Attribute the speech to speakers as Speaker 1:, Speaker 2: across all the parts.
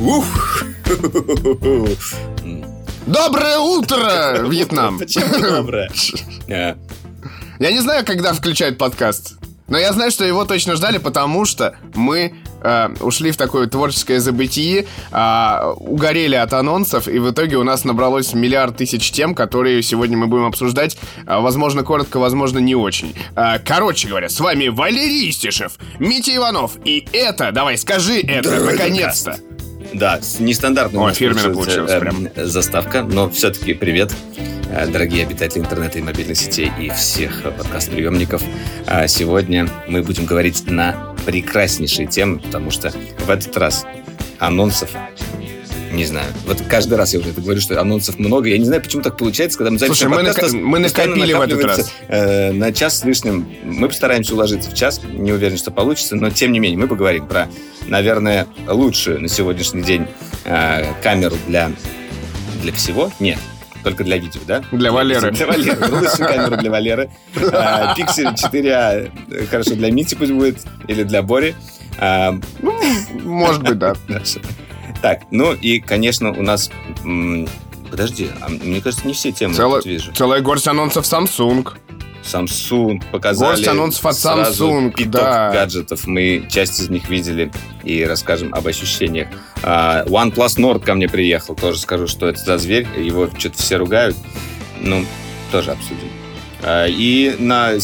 Speaker 1: Доброе утро, Вьетнам!
Speaker 2: Почему доброе?
Speaker 1: Я не знаю, когда включают подкаст, но я знаю, что его точно ждали, потому что мы ушли в такое творческое забытие, угорели от анонсов, и в итоге у нас набралось миллиард тысяч тем, которые сегодня мы будем обсуждать, возможно, коротко, возможно, не очень. Короче говоря, с вами Валерий Истишев, Митя Иванов, и это, давай, скажи это, наконец-то.
Speaker 2: Да, нестандартная
Speaker 1: фирменно получилось прям.
Speaker 2: Заставка, но все-таки привет, дорогие обитатели интернета и мобильных сетей и всех подкаст-приемников. Сегодня мы будем говорить на прекраснейшие темы, потому что в этот раз анонсов, не знаю, вот каждый раз я уже это говорю, что анонсов много. Я не знаю, почему так получается, когда мы записываем подкаст.
Speaker 1: Мы накопили в этот раз.
Speaker 2: На час с лишним. Мы постараемся уложиться в час. Не уверен, что получится, но тем не менее мы поговорим про, наверное, лучшую на сегодняшний день камеру для всего. Нет. Только для видео, да?
Speaker 1: Для Валеры.
Speaker 2: Для Валеры. Лучшую камеру для Валеры. Pixel 4a хорошо для Мити пусть будет. Или для Бори.
Speaker 1: Может быть, да.
Speaker 2: Так, ну и, конечно, у нас... Подожди, мне кажется, не все темы я тут вижу.
Speaker 1: Целая горсть анонсов Samsung.
Speaker 2: Samsung показали.
Speaker 1: Горсть анонсов от Samsung,
Speaker 2: пяток
Speaker 1: да.
Speaker 2: гаджетов. Мы часть из них видели и расскажем об ощущениях. OnePlus Nord ко мне приехал. Тоже скажу, что это за зверь. Его что-то все ругают. Ну, тоже обсудим. И на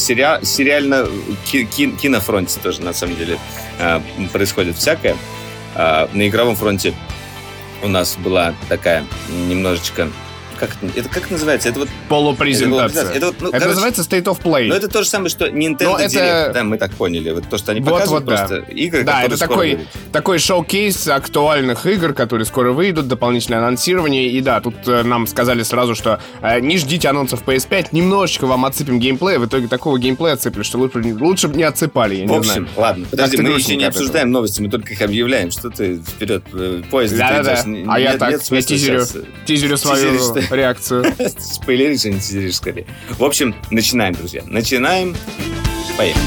Speaker 2: кинофронте тоже, на самом деле, происходит всякое. На игровом фронте у нас была такая немножечко... Как это называется? Это вот
Speaker 1: полупрезентация.
Speaker 2: Это
Speaker 1: называется State of Play.
Speaker 2: Но это то же самое, что Nintendo Direct. Да, мы так поняли. Вот то, что они показывают, просто игры,
Speaker 1: да,
Speaker 2: которые скоро выйдут.
Speaker 1: Такой шоу-кейс актуальных игр, которые скоро выйдут, дополнительное анонсирование. И да, тут нам сказали сразу, что не ждите анонсов PS5, немножечко вам отсыпем геймплея. В итоге такого геймплея отсыпали, что лучше бы не отсыпали, я не знаю.
Speaker 2: Ладно, подожди, мы еще не обсуждаем новости, мы только их объявляем. Что ты вперед, поезд
Speaker 1: да. А я так, я тизерю свою реакцию.
Speaker 2: Спойлеришь, а не тизеришь скорее. В общем, начинаем, друзья. Начинаем. Поехали.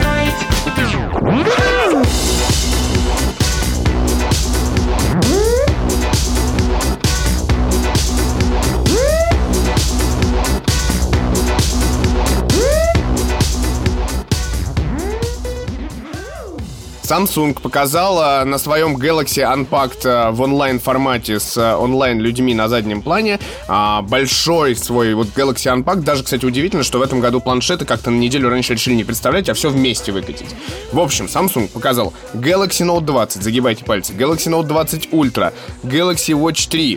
Speaker 1: Samsung показала на своем Galaxy Unpacked в онлайн-формате с онлайн-людьми на заднем плане большой свой вот Galaxy Unpacked. Даже, кстати, удивительно, что в этом году планшеты как-то на неделю раньше решили не представлять, а все вместе выкатить. В общем, Samsung показал Galaxy Note 20, загибайте пальцы, Galaxy Note 20 Ultra, Galaxy Watch 3,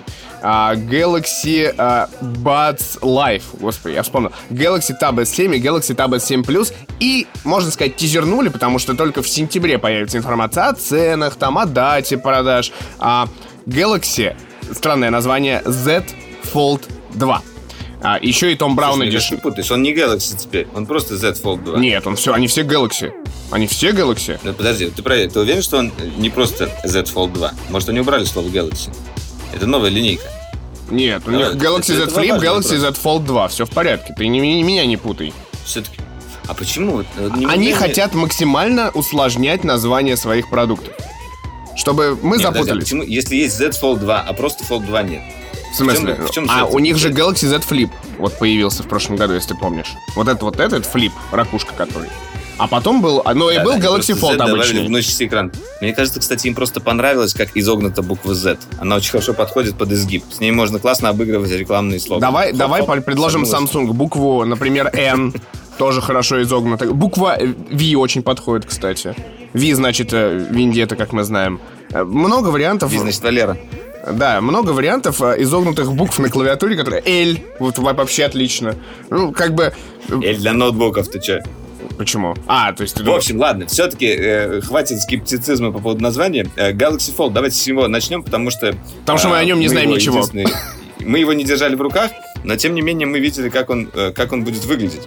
Speaker 1: Galaxy Buds Live, господи, я вспомнил, Galaxy Tab S7 и Galaxy Tab S7 Plus. И, можно сказать, тизернули, потому что только в сентябре появится информация о ценах, там, о дате продаж. Galaxy, странное название, Z Fold 2. Еще и Том Браун Edition.
Speaker 2: Ты путаешь, он не Galaxy теперь, он просто Z Fold 2.
Speaker 1: Нет, они все Galaxy. Они все Galaxy.
Speaker 2: Ну, подожди, ты уверен, что он не просто Z Fold 2? Может, они убрали слово Galaxy? Это новая линейка.
Speaker 1: Нет, у них Galaxy Z Flip, Galaxy Z Fold 2. Все в порядке, ты меня не путай.
Speaker 2: Все-таки. А почему?
Speaker 1: Они хотят максимально усложнять название своих продуктов, чтобы мы запутались.
Speaker 2: Почему? Если есть Z Fold 2, а просто Fold 2 нет.
Speaker 1: В смысле?
Speaker 2: В чем
Speaker 1: у них же Galaxy Z Flip вот появился в прошлом году, если ты помнишь. Вот этот флип, ракушка который. А потом был... был Galaxy Fold обычный.
Speaker 2: Вносится экран. Мне кажется, кстати, им просто понравилось, как изогнута буква Z. Она очень хорошо подходит под изгиб. С ней можно классно обыгрывать рекламные слоганы.
Speaker 1: Давай предложим Samsung букву, например, N. Тоже хорошо изогнута. Буква V очень подходит, кстати. V значит Вендетта, как мы знаем. Много вариантов.
Speaker 2: V значит Валера.
Speaker 1: Да, много вариантов изогнутых букв на клавиатуре, которые L. Вот вообще отлично. Ну, как бы...
Speaker 2: L для ноутбуков, ты че?
Speaker 1: Почему? То есть...
Speaker 2: В общем, ладно, все-таки хватит скептицизма по поводу названия. Galaxy Fold, давайте с него начнем, потому что мы о нем не знаем ничего. Мы его не держали в руках, но тем не менее мы видели, как он будет выглядеть.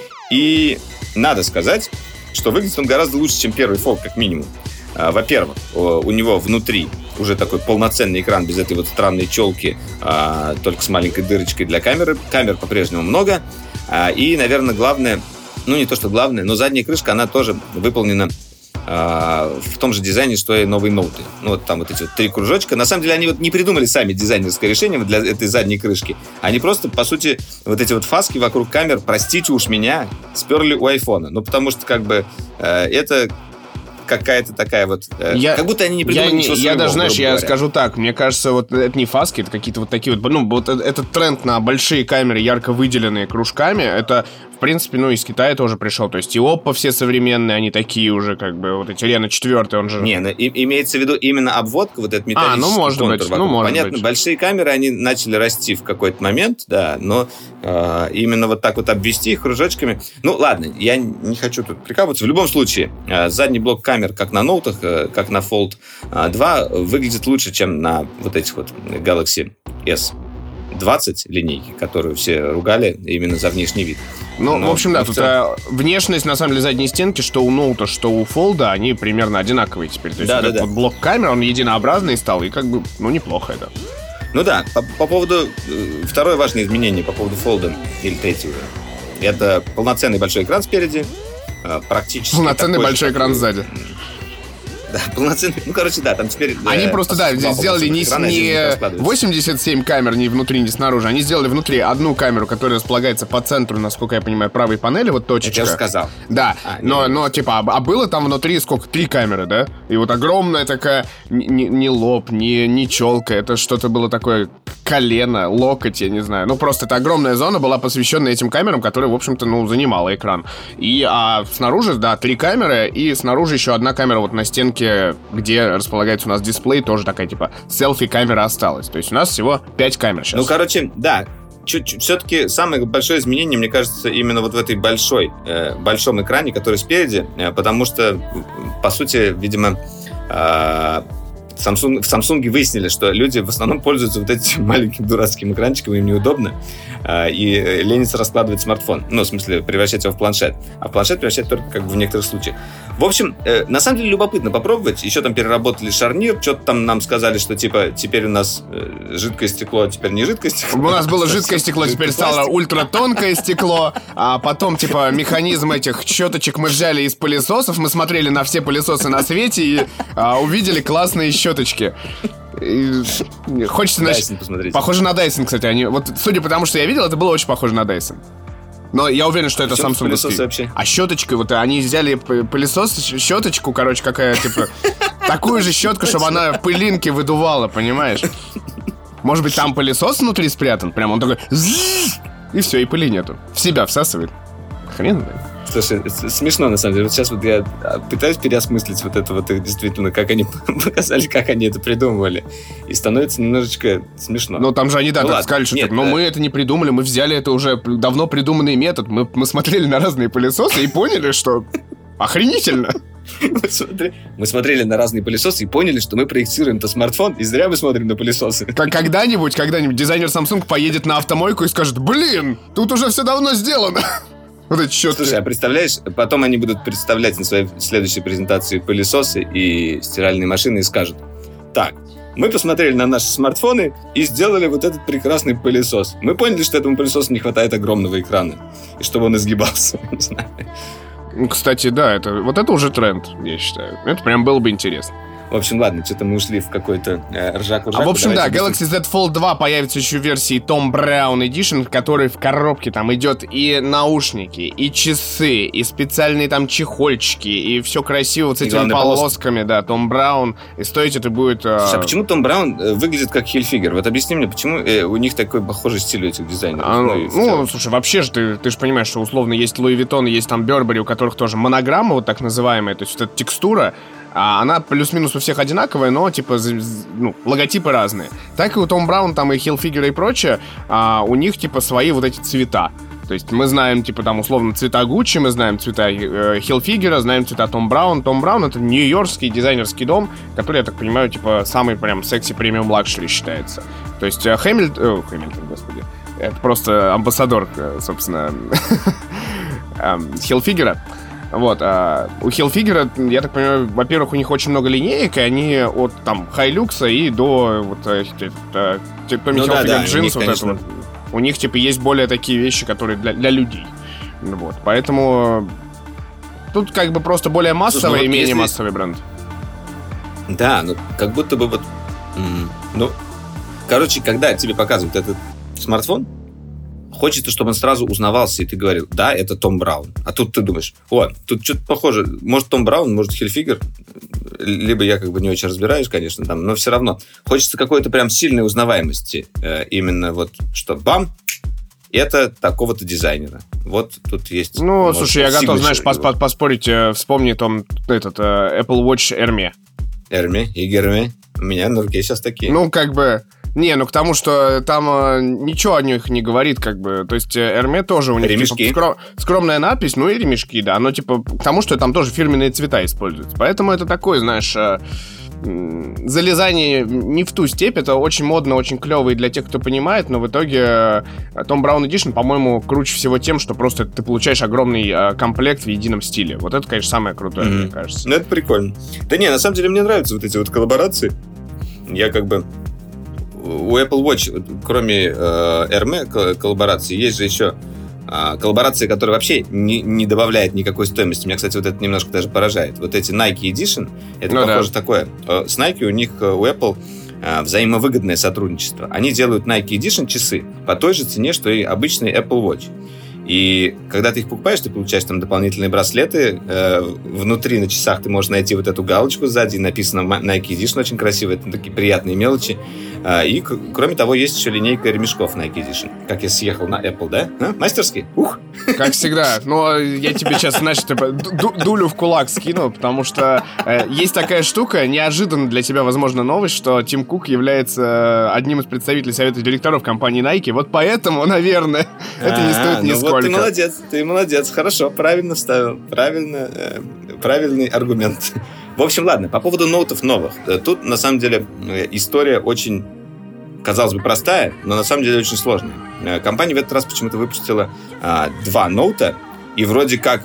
Speaker 2: И надо сказать, что выглядит он гораздо лучше, чем первый Fold, как минимум. Во-первых, у него внутри уже такой полноценный экран без этой вот странной челки, только с маленькой дырочкой для камеры. Камер по-прежнему много. И, наверное, главное, ну не то, что главное, но задняя крышка, она тоже выполнена в том же дизайне, что и новые ноуты. Ну, вот там вот эти вот 3 кружочка. На самом деле, они вот не придумали сами дизайнерское решение для этой задней крышки. Они просто, по сути, вот эти вот фаски вокруг камер, простите уж меня, сперли у айфона. Ну, потому что, как бы, это какая-то такая вот... как будто они не придумали ничего своего.
Speaker 1: Я даже, знаешь, я скажу так, мне кажется, вот это не фаски, это какие-то вот такие вот... Ну, вот этот тренд на большие камеры, ярко выделенные кружками, это... В принципе, ну, из Китая тоже пришел. То есть и Oppo все современные, они такие уже, как бы, вот эти Reno 4, он же...
Speaker 2: Не, ну, имеется в виду именно обводка, вот этот металлический
Speaker 1: ну, может
Speaker 2: контур
Speaker 1: быть,
Speaker 2: вокруг.
Speaker 1: ну, может
Speaker 2: Понятно,
Speaker 1: быть.
Speaker 2: Большие камеры, они начали расти в какой-то момент, да, но именно вот так вот обвести их кружочками... Ну, ладно, я не хочу тут прикапываться. В любом случае, задний блок камер, как на ноутах, как на Fold 2, выглядит лучше, чем на вот этих вот Galaxy S20 линейки, которую все ругали именно за внешний вид.
Speaker 1: Ну, в общем, да, тут внешность, на самом деле, задней стенки, что у ноута, что у фолда, они примерно одинаковые теперь. То есть этот вот блок камер, он единообразный стал, и как бы, ну, неплохо это.
Speaker 2: Ну да, по поводу... Второе важное изменение по поводу фолда, или третье уже, это полноценный большой экран спереди, практически...
Speaker 1: Полноценный большой экран сзади.
Speaker 2: Да, полноценный. Ну, короче, да, там теперь...
Speaker 1: Они просто, да, здесь сделали не 87 камер ни внутри, ни снаружи. Они сделали внутри одну камеру, которая располагается по центру, насколько я понимаю, правой панели, вот точечка.
Speaker 2: Я уже сказал.
Speaker 1: Да, но типа, было там внутри сколько? 3 камеры, да? И вот огромная такая, не лоб, не челка, это что-то было такое, колено, локоть, я не знаю. Ну, просто эта огромная зона была посвящена этим камерам, которые, в общем-то, ну, занимала экран. И снаружи, да, 3 камеры, и снаружи еще одна камера вот на стенке, где располагается у нас дисплей, тоже такая, типа, селфи-камера осталась. То есть у нас всего 5 камер сейчас.
Speaker 2: Ну, короче, да, все-таки самое большое изменение, мне кажется, именно вот в этой большом экране, который спереди, потому что, по сути, видимо, в Samsung выяснили, что люди в основном пользуются вот этим маленьким дурацким экранчиком, им неудобно, и ленится раскладывать смартфон. Ну, в смысле, превращать его в планшет. А в планшет превращать только как бы в некоторых случаях. В общем, на самом деле любопытно попробовать. Еще там переработали шарнир, что-то там нам сказали, что типа теперь у нас жидкое стекло, а теперь не жидкое стекло.
Speaker 1: У нас было жидкое стекло, теперь стало ультратонкое стекло, а потом типа механизм этих щеточек мы взяли из пылесосов, мы смотрели на все пылесосы на свете и увидели классные щеточки. Хочется
Speaker 2: посмотреть.
Speaker 1: Похоже на Dyson, кстати. Вот, судя по тому, что я видел, это было очень похоже на Dyson. Но я уверен, что это Samsung. А щеточкой, вот они взяли пылесос, щеточку, короче, какая, типа, такую же щетку, чтобы она пылинки выдувала, понимаешь? Может быть, там пылесос внутри спрятан? Прям он такой... И все, и пыли нету. В себя всасывает. Хрен, блин.
Speaker 2: Слушай, смешно, на самом деле. Вот сейчас вот я пытаюсь переосмыслить вот это вот действительно, как они показали, как они это придумывали. И становится немножечко смешно.
Speaker 1: Ну, там же они, да, сказали, что но мы это не придумали, мы взяли это уже давно придуманный метод. Мы смотрели на разные пылесосы и поняли, что охренительно.
Speaker 2: Мы смотрели на разные пылесосы и поняли, что мы проектируем-то смартфон, и зря мы смотрим на пылесосы.
Speaker 1: Когда-нибудь дизайнер Samsung поедет на автомойку и скажет: блин, тут уже все давно сделано. Вот эти щетки.
Speaker 2: Слушай, а представляешь, потом они будут представлять на своей следующей презентации пылесосы и стиральные машины и скажут: так, мы посмотрели на наши смартфоны и сделали вот этот прекрасный пылесос. Мы поняли, что этому пылесосу не хватает огромного экрана, и чтобы он изгибался. Не знаю.
Speaker 1: Кстати, да, вот это уже тренд, я считаю. Это прям было бы интересно.
Speaker 2: В общем, ладно, что-то мы ушли в какой-то ржаку-ржаку.
Speaker 1: В общем, да, Galaxy Z Fold 2 появится еще в версии Tom Brown Edition, в которой в коробке там идет и наушники, и часы, и специальные там чехольчики, и все красиво с этими полосками, да, Tom Brown. И стоить это будет...
Speaker 2: Слушай, а почему Tom Brown выглядит как Hilfiger? Вот объясни мне, почему у них такой похожий стиль у этих дизайнеров?
Speaker 1: Слушай, вообще же ты же понимаешь, что условно есть Louis Vuitton, есть там Burberry, у которых тоже монограмма вот так называемая, то есть вот эта текстура, она плюс-минус у всех одинаковая, но, типа, логотипы разные. Так и у Том Браун, там, и Hilfiger и прочее, у них, типа, свои вот эти цвета. То есть мы знаем, типа, там, условно, цвета Gucci, мы знаем цвета Hilfiger, знаем цвета Том Браун. Том Браун — это нью-йоркский дизайнерский дом, который, я так понимаю, типа, самый прям секси-премиум лакшери считается. То есть Хэмилтон, господи, это просто амбассадор, собственно, Hilfiger. Вот, у Hilfiger, я так понимаю, во-первых, у них очень много линеек, и они от там Хайлюкса и до вот Tommy Hilfiger джинс, вот это вот. У них, типа, есть более такие вещи, которые для людей. Вот, поэтому Тут как бы просто более массовый и менее массовый бренд.
Speaker 2: Да, ну как будто бы вот... Ну, короче, когда тебе показывают этот смартфон, хочется, чтобы он сразу узнавался, и ты говорил, да, это Том Браун. А тут ты думаешь, тут что-то похоже. Может, Том Браун, может, Хильфигер. Либо я как бы не очень разбираюсь, конечно, там, но все равно. Хочется какой-то прям сильной узнаваемости. Именно вот, что бам, это такого-то дизайнера. Вот тут есть...
Speaker 1: Ну, слушай, я готов, знаешь, поспорить, вспомни там этот Apple Watch Hermé.
Speaker 2: Hermé. У меня на руке сейчас такие.
Speaker 1: Ну, как бы... Не, ну к тому, что там ничего о них не говорит, как бы. То есть Hermé тоже у них типа, скромная надпись, ну и ремешки, да. Но типа к тому, что там тоже фирменные цвета используются. Поэтому это такое, знаешь, залезание не в ту степь. Это очень модно, очень клево и для тех, кто понимает. Но в итоге Tom Brown Edition, по-моему, круче всего тем, что просто ты получаешь огромный комплект в едином стиле. Вот это, конечно, самое крутое, мне кажется.
Speaker 2: Ну это прикольно. Да не, на самом деле мне нравятся вот эти вот коллаборации. Я как бы... У Apple Watch, кроме Hermé коллаборации, есть же еще коллаборация, которая вообще не добавляет никакой стоимости. Меня, кстати, вот это немножко даже поражает. Вот эти Nike Edition, это похоже такое. С Nike у них, у Apple взаимовыгодное сотрудничество. Они делают Nike Edition часы по той же цене, что и обычный Apple Watch. И когда ты их покупаешь, ты получаешь там дополнительные браслеты. Внутри на часах ты можешь найти вот эту галочку сзади. Написано Nike Edition, очень красиво. Это такие приятные мелочи. И, кроме того, есть еще линейка ремешков Nike Edition. Как я съехал на Apple, да? Мастерски? Ух!
Speaker 1: Как всегда. Но я тебе сейчас, значит, дулю в кулак скину, потому что есть такая штука, неожиданно для тебя, возможно, новость, что Тим Кук является одним из представителей совета директоров компании Nike. Вот поэтому, наверное, это не стоит нисколько.
Speaker 2: Вот ты молодец, хорошо, правильно вставил, правильный аргумент. В общем, ладно, по поводу ноутов новых. Тут, на самом деле, история очень, казалось бы, простая, но на самом деле очень сложная. Компания в этот раз почему-то выпустила 2 ноута, и вроде как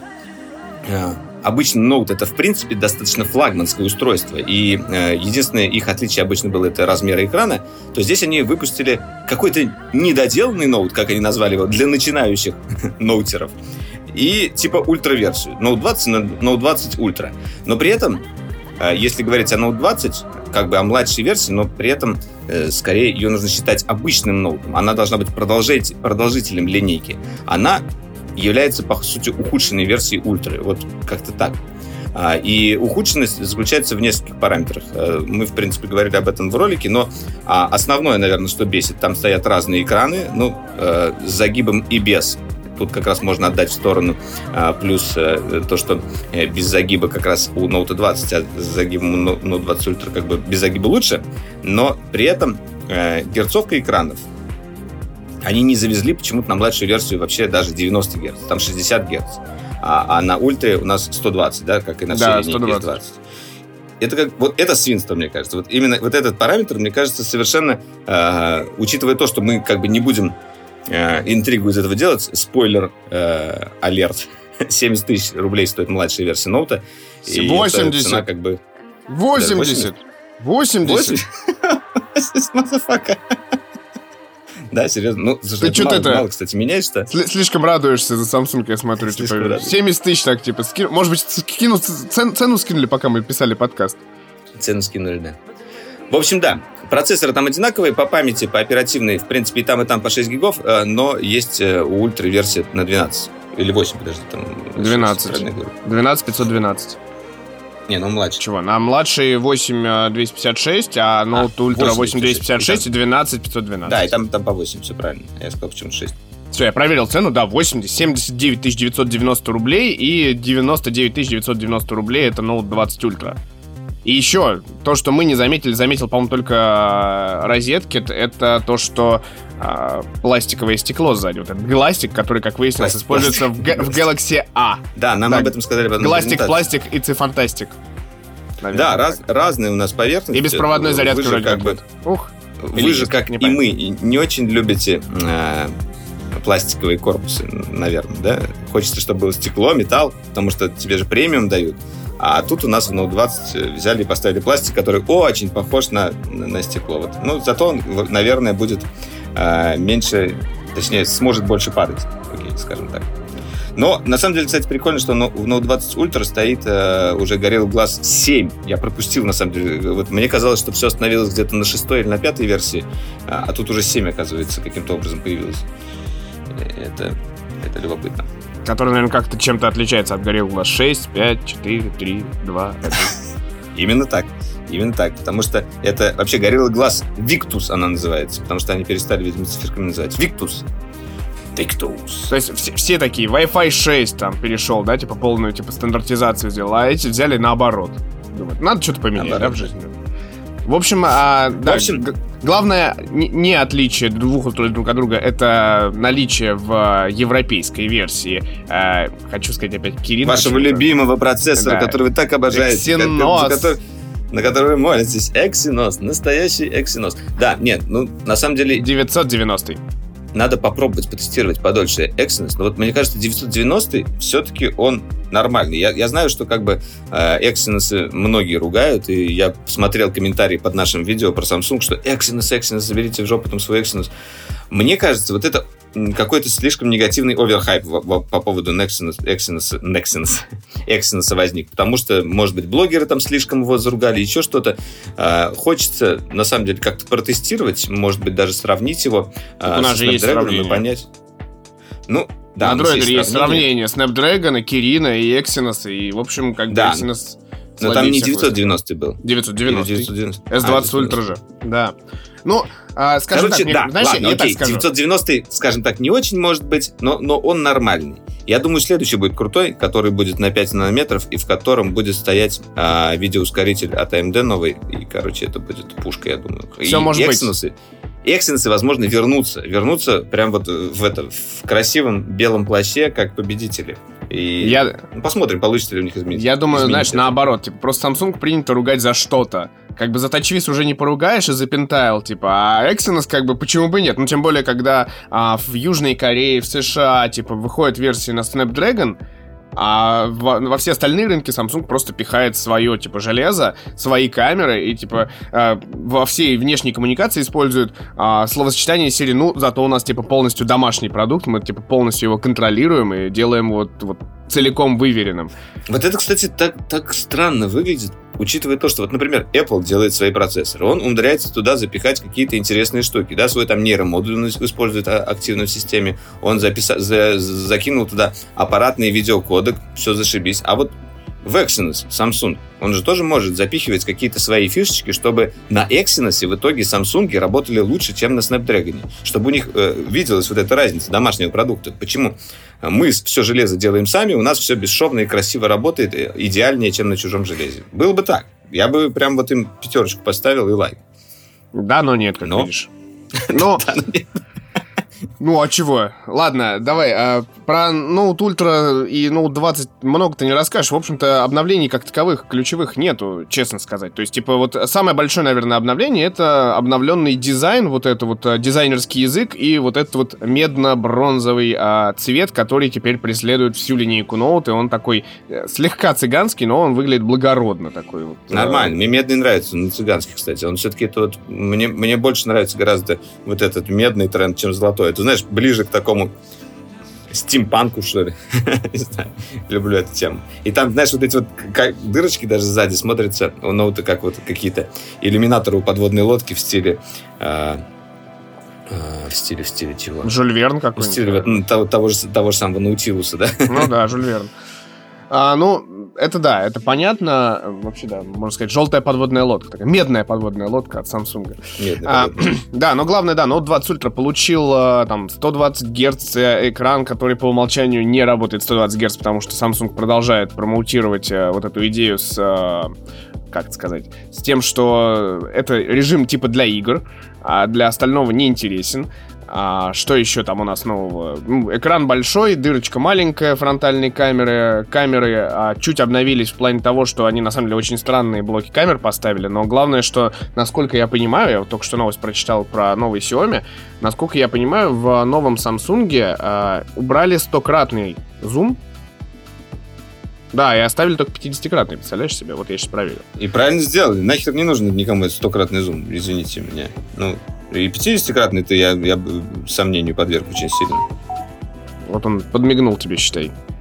Speaker 2: обычно ноут — это, в принципе, достаточно флагманское устройство, и единственное их отличие обычно было — это размеры экрана, то здесь они выпустили какой-то недоделанный ноут, как они назвали его, для начинающих ноутеров, и типа ультра-версию. Note 20, Note 20 Ultra. Но при этом, если говорить о Note 20, как бы о младшей версии, но при этом, скорее, ее нужно считать обычным ноутом. Она должна быть продолжителем линейки. Она является, по сути, ухудшенной версией Ultra. Вот как-то так. И ухудшенность заключается в нескольких параметрах. Мы, в принципе, говорили об этом в ролике, но основное, наверное, что бесит, там стоят разные экраны, с загибом и без. Тут как раз можно отдать в сторону плюс то, что без загиба как раз у Note 20, а с загибом у Note 20 Ultra как бы без загиба лучше, но при этом герцовка экранов они не завезли почему-то на младшую версию вообще даже 90 Гц, там 60 Гц, а на Ультре у нас 120, да, как и на всей линейке 20. Это как вот это свинство, мне кажется. Вот именно вот этот параметр, мне кажется, совершенно, учитывая то, что мы как бы не будем интригу из этого делать, спойлер, алерт. 70 тысяч рублей стоит младшая версия ноута.
Speaker 1: 80.
Speaker 2: Цена как бы...
Speaker 1: 80. 80.
Speaker 2: Да, серьезно. Ну,
Speaker 1: ты что-то
Speaker 2: мало, кстати, меняешь-то.
Speaker 1: Слишком радуешься за Samsung, я смотрю. Типа, 70 тысяч так, типа, может быть, цену скинули, пока мы писали подкаст.
Speaker 2: Цену скинули, да. В общем, да, процессоры там одинаковые, по памяти, по оперативной, в принципе, и там по 6 гигов, но есть у Ультра версия на 12. Или 8, подожди, там...
Speaker 1: 12. 12 512.
Speaker 2: Не, ну младший.
Speaker 1: Чего? На младший 8 256, а Note Ultra 8 256 и 12 512.
Speaker 2: Да, и там по 8, все правильно. Я сказал, почему 6.
Speaker 1: Все, я проверил цену, да, 79 990 рублей и 99 990 рублей это Note 20 Ultra. И еще, то, что мы не заметил, по-моему, только розетки, это то, что пластиковое стекло сзади. Вот этот гластик, который, как выяснилось, используется в Galaxy A.
Speaker 2: Да, нам об этом сказали.
Speaker 1: Гластик, пластик и цифантастик.
Speaker 2: Да, разные у нас поверхности.
Speaker 1: И беспроводной зарядка вроде как бы.
Speaker 2: Вы же, как и мы, не очень любите пластиковые корпусы, наверное, да? Хочется, чтобы было стекло, металл, потому что тебе же премиум дают. А тут у нас в Note 20 взяли и поставили пластик, который очень похож на стекло. Вот. Ну, зато он, наверное, будет меньше, точнее, сможет больше падать. Окей, скажем так. Но, на самом деле, кстати, прикольно, что в Note 20 Ultra стоит уже Gorilla Glass 7. Я пропустил, на самом деле. Вот мне казалось, что все остановилось где-то на 6 или на 5 версии, а тут уже 7, оказывается, каким-то образом появилось. Это любопытно.
Speaker 1: Который, наверное, как-то чем-то отличается от Gorilla Glass 6, 5, 4, 3, 2, 1.
Speaker 2: Именно так, потому что это вообще Gorilla Glass Victus она называется, потому что они перестали, видимо, циферками называть. Victus.
Speaker 1: То есть все такие, Wi-Fi 6 там перешел, да, типа полную типа стандартизацию сделал, а эти взяли наоборот. Думают, надо что-то поменять, наоборот, да, в жизни. В общем, главное не отличие двух устройств друг от друга, это наличие в европейской версии, хочу сказать опять, Kirin.
Speaker 2: Вашего любимого процессора, да, который вы так обожаете.
Speaker 1: Exynos.
Speaker 2: На который вы молитесь. Exynos, настоящий Exynos. Да, нет, на самом деле...
Speaker 1: 990.
Speaker 2: Надо попробовать потестировать подольше Exynos. Но вот мне кажется, 990 все-таки он нормальный. Я знаю, что как бы Exynos многие ругают, и я посмотрел комментарии под нашим видео про Samsung, что Exynos, заберите в жопу там свой Exynos. Мне кажется, вот это какой-то слишком негативный оверхайп по поводу Exynos возник. Потому что, может быть, блогеры там слишком его заругали, еще что-то. Хочется, на самом деле, как-то протестировать, может быть, даже сравнить его с Snapdragon и понять.
Speaker 1: Ну, да, на Android есть сравнение Snapdragon, Kirin и Exynos, и, в общем, как бы Exynos...
Speaker 2: Но там не 990 был.
Speaker 1: 990. S20 Ultra же, да. Ну, скажем так,
Speaker 2: да, знаешь, ладно, окей, 990, скажем так, не очень может быть, но он нормальный. Я думаю, следующий будет крутой, который будет на 5 нанометров, и в котором будет стоять видеоускоритель от AMD новый, и, короче, это будет пушка, я думаю.
Speaker 1: Все может быть.
Speaker 2: Exynos, возможно, вернутся прям вот в красивом белом плаще, как победители. И посмотрим, получится ли у них изменить.
Speaker 1: Я думаю, знаешь, наоборот, типа, просто Samsung принято ругать за что-то. Как бы за TouchWiz уже не поругаешь из-за Pentel, типа, а Exynos, как бы, почему бы нет? Ну, тем более, когда в Южной Корее, в США, типа, выходят версии на Snapdragon, а во все остальные рынки Samsung просто пихает свое, типа, железо, свои камеры и, типа, во всей внешней коммуникации используют словосочетание серии, ну, зато у нас, типа, полностью домашний продукт, мы, типа, полностью его контролируем и делаем вот целиком выверенным.
Speaker 2: Вот это, кстати, так странно выглядит, учитывая то, что, вот, например, Apple делает свои процессоры, он умудряется туда запихать какие-то интересные штуки, да, свой там нейромодуль он использует активно в системе, он закинул туда аппаратный видеокодек, все зашибись, а вот в Exynos Samsung, он же тоже может запихивать какие-то свои фишечки, чтобы на Exynos в итоге Samsung работали лучше, чем на Snapdragon, чтобы у них виделась вот эта разница домашнего продукта. Почему мы все железо делаем сами, у нас все бесшовно и красиво работает, идеальнее, чем на чужом железе. Было бы так. Я бы прям вот им 5 поставил и лайк.
Speaker 1: Да, но нет, как видишь. Но... Ну, а чего? Ладно, давай, про Note Ultra и Note 20 много ты не расскажешь. В общем-то, обновлений как таковых, ключевых нету, честно сказать. То есть, типа, вот самое большое, наверное, обновление — это обновленный дизайн, вот это вот дизайнерский язык и вот этот вот медно-бронзовый цвет, который теперь преследует всю линейку Note, и он такой слегка цыганский, но он выглядит благородно такой вот.
Speaker 2: Нормально, мне медный нравится, он не цыганский, кстати. Он все-таки это вот, мне больше нравится гораздо вот этот медный тренд, чем золотой. Это, знаешь, ближе к такому стимпанку, что ли. Не знаю, люблю эту тему. И там, знаешь, вот эти вот дырочки даже сзади смотрятся у ноута как вот какие-то иллюминаторы у подводной лодки в стиле... В стиле чего?
Speaker 1: Жюль Верн какой-нибудь.
Speaker 2: В стиле того же самого Наутилуса, да?
Speaker 1: Ну да, Жюль Верн. Ну, это да, это понятно. Вообще, да, можно сказать, желтая подводная лодка. Такая медная подводная лодка от Samsung. Да, но главное, да, Note 20 Ultra получил там 120 Гц экран, который по умолчанию не работает 120 Гц, потому что Samsung продолжает промоутировать вот эту идею с... как это сказать, с тем, что это режим типа для игр, а для остального не интересен. Что еще там у нас нового? Экран большой, дырочка маленькая, фронтальные камеры чуть обновились в плане того, что они на самом деле очень странные блоки камер поставили, но главное, что, насколько я понимаю, я вот только что новость прочитал про новый Xiaomi, насколько я понимаю, в новом Samsung убрали 100-кратный зум. Да, и оставили только 50-кратный, представляешь себе? Вот я сейчас проверил.
Speaker 2: И правильно сделали. Нахер не нужен никому этот 100-кратный зум, извините меня. Ну, и 50-кратный-то я сомнению подверг очень сильно.
Speaker 1: Вот он подмигнул тебе, считай.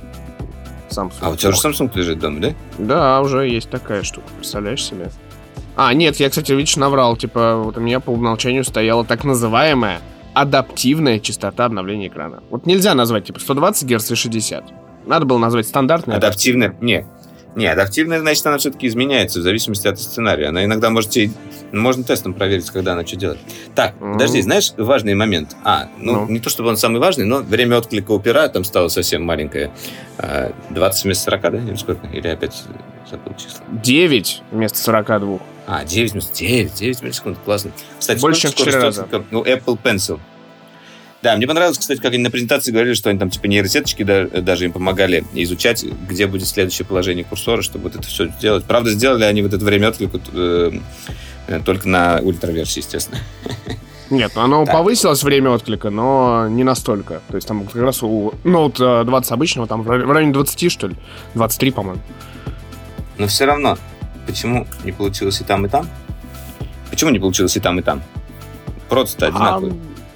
Speaker 1: Samsung.
Speaker 2: А у тебя уже Samsung лежит дома, да?
Speaker 1: Да, уже есть такая штука, представляешь себе? Нет, я, кстати, видишь, наврал. Типа, вот у меня по умолчанию стояла так называемая адаптивная частота обновления экрана. Вот нельзя назвать, типа, 120 Гц и 60. Надо было назвать стандартная.
Speaker 2: Адаптивная? Не, адаптивная, значит, она все-таки изменяется в зависимости от сценария. Она иногда можно тестом проверить, когда она что делает. Так, подожди, знаешь, важный момент. Не то чтобы он самый важный, но время отклика у пера там стало совсем маленькое. 20 вместо 40, да? Или сколько? Или опять забыл число?
Speaker 1: 9 вместо 42.
Speaker 2: 9 вместо 9 миллисекунд, классно. Кстати,
Speaker 1: больше, чем в 4 раза.
Speaker 2: У Apple Pencil. Да, мне понравилось, кстати, как они на презентации говорили, что они там типа нейросеточки даже им помогали изучать, где будет следующее положение курсора, чтобы вот это все сделать. Правда, сделали они вот это время отклика только на ультраверсии, естественно.
Speaker 1: Нет, оно повысилось время отклика, но не настолько. То есть там как раз у Note 20 обычного там в районе 20, что ли? 23, по-моему.
Speaker 2: Но все равно, почему не получилось и там, и там? Почему не получилось и там, и там? Просто одинаково.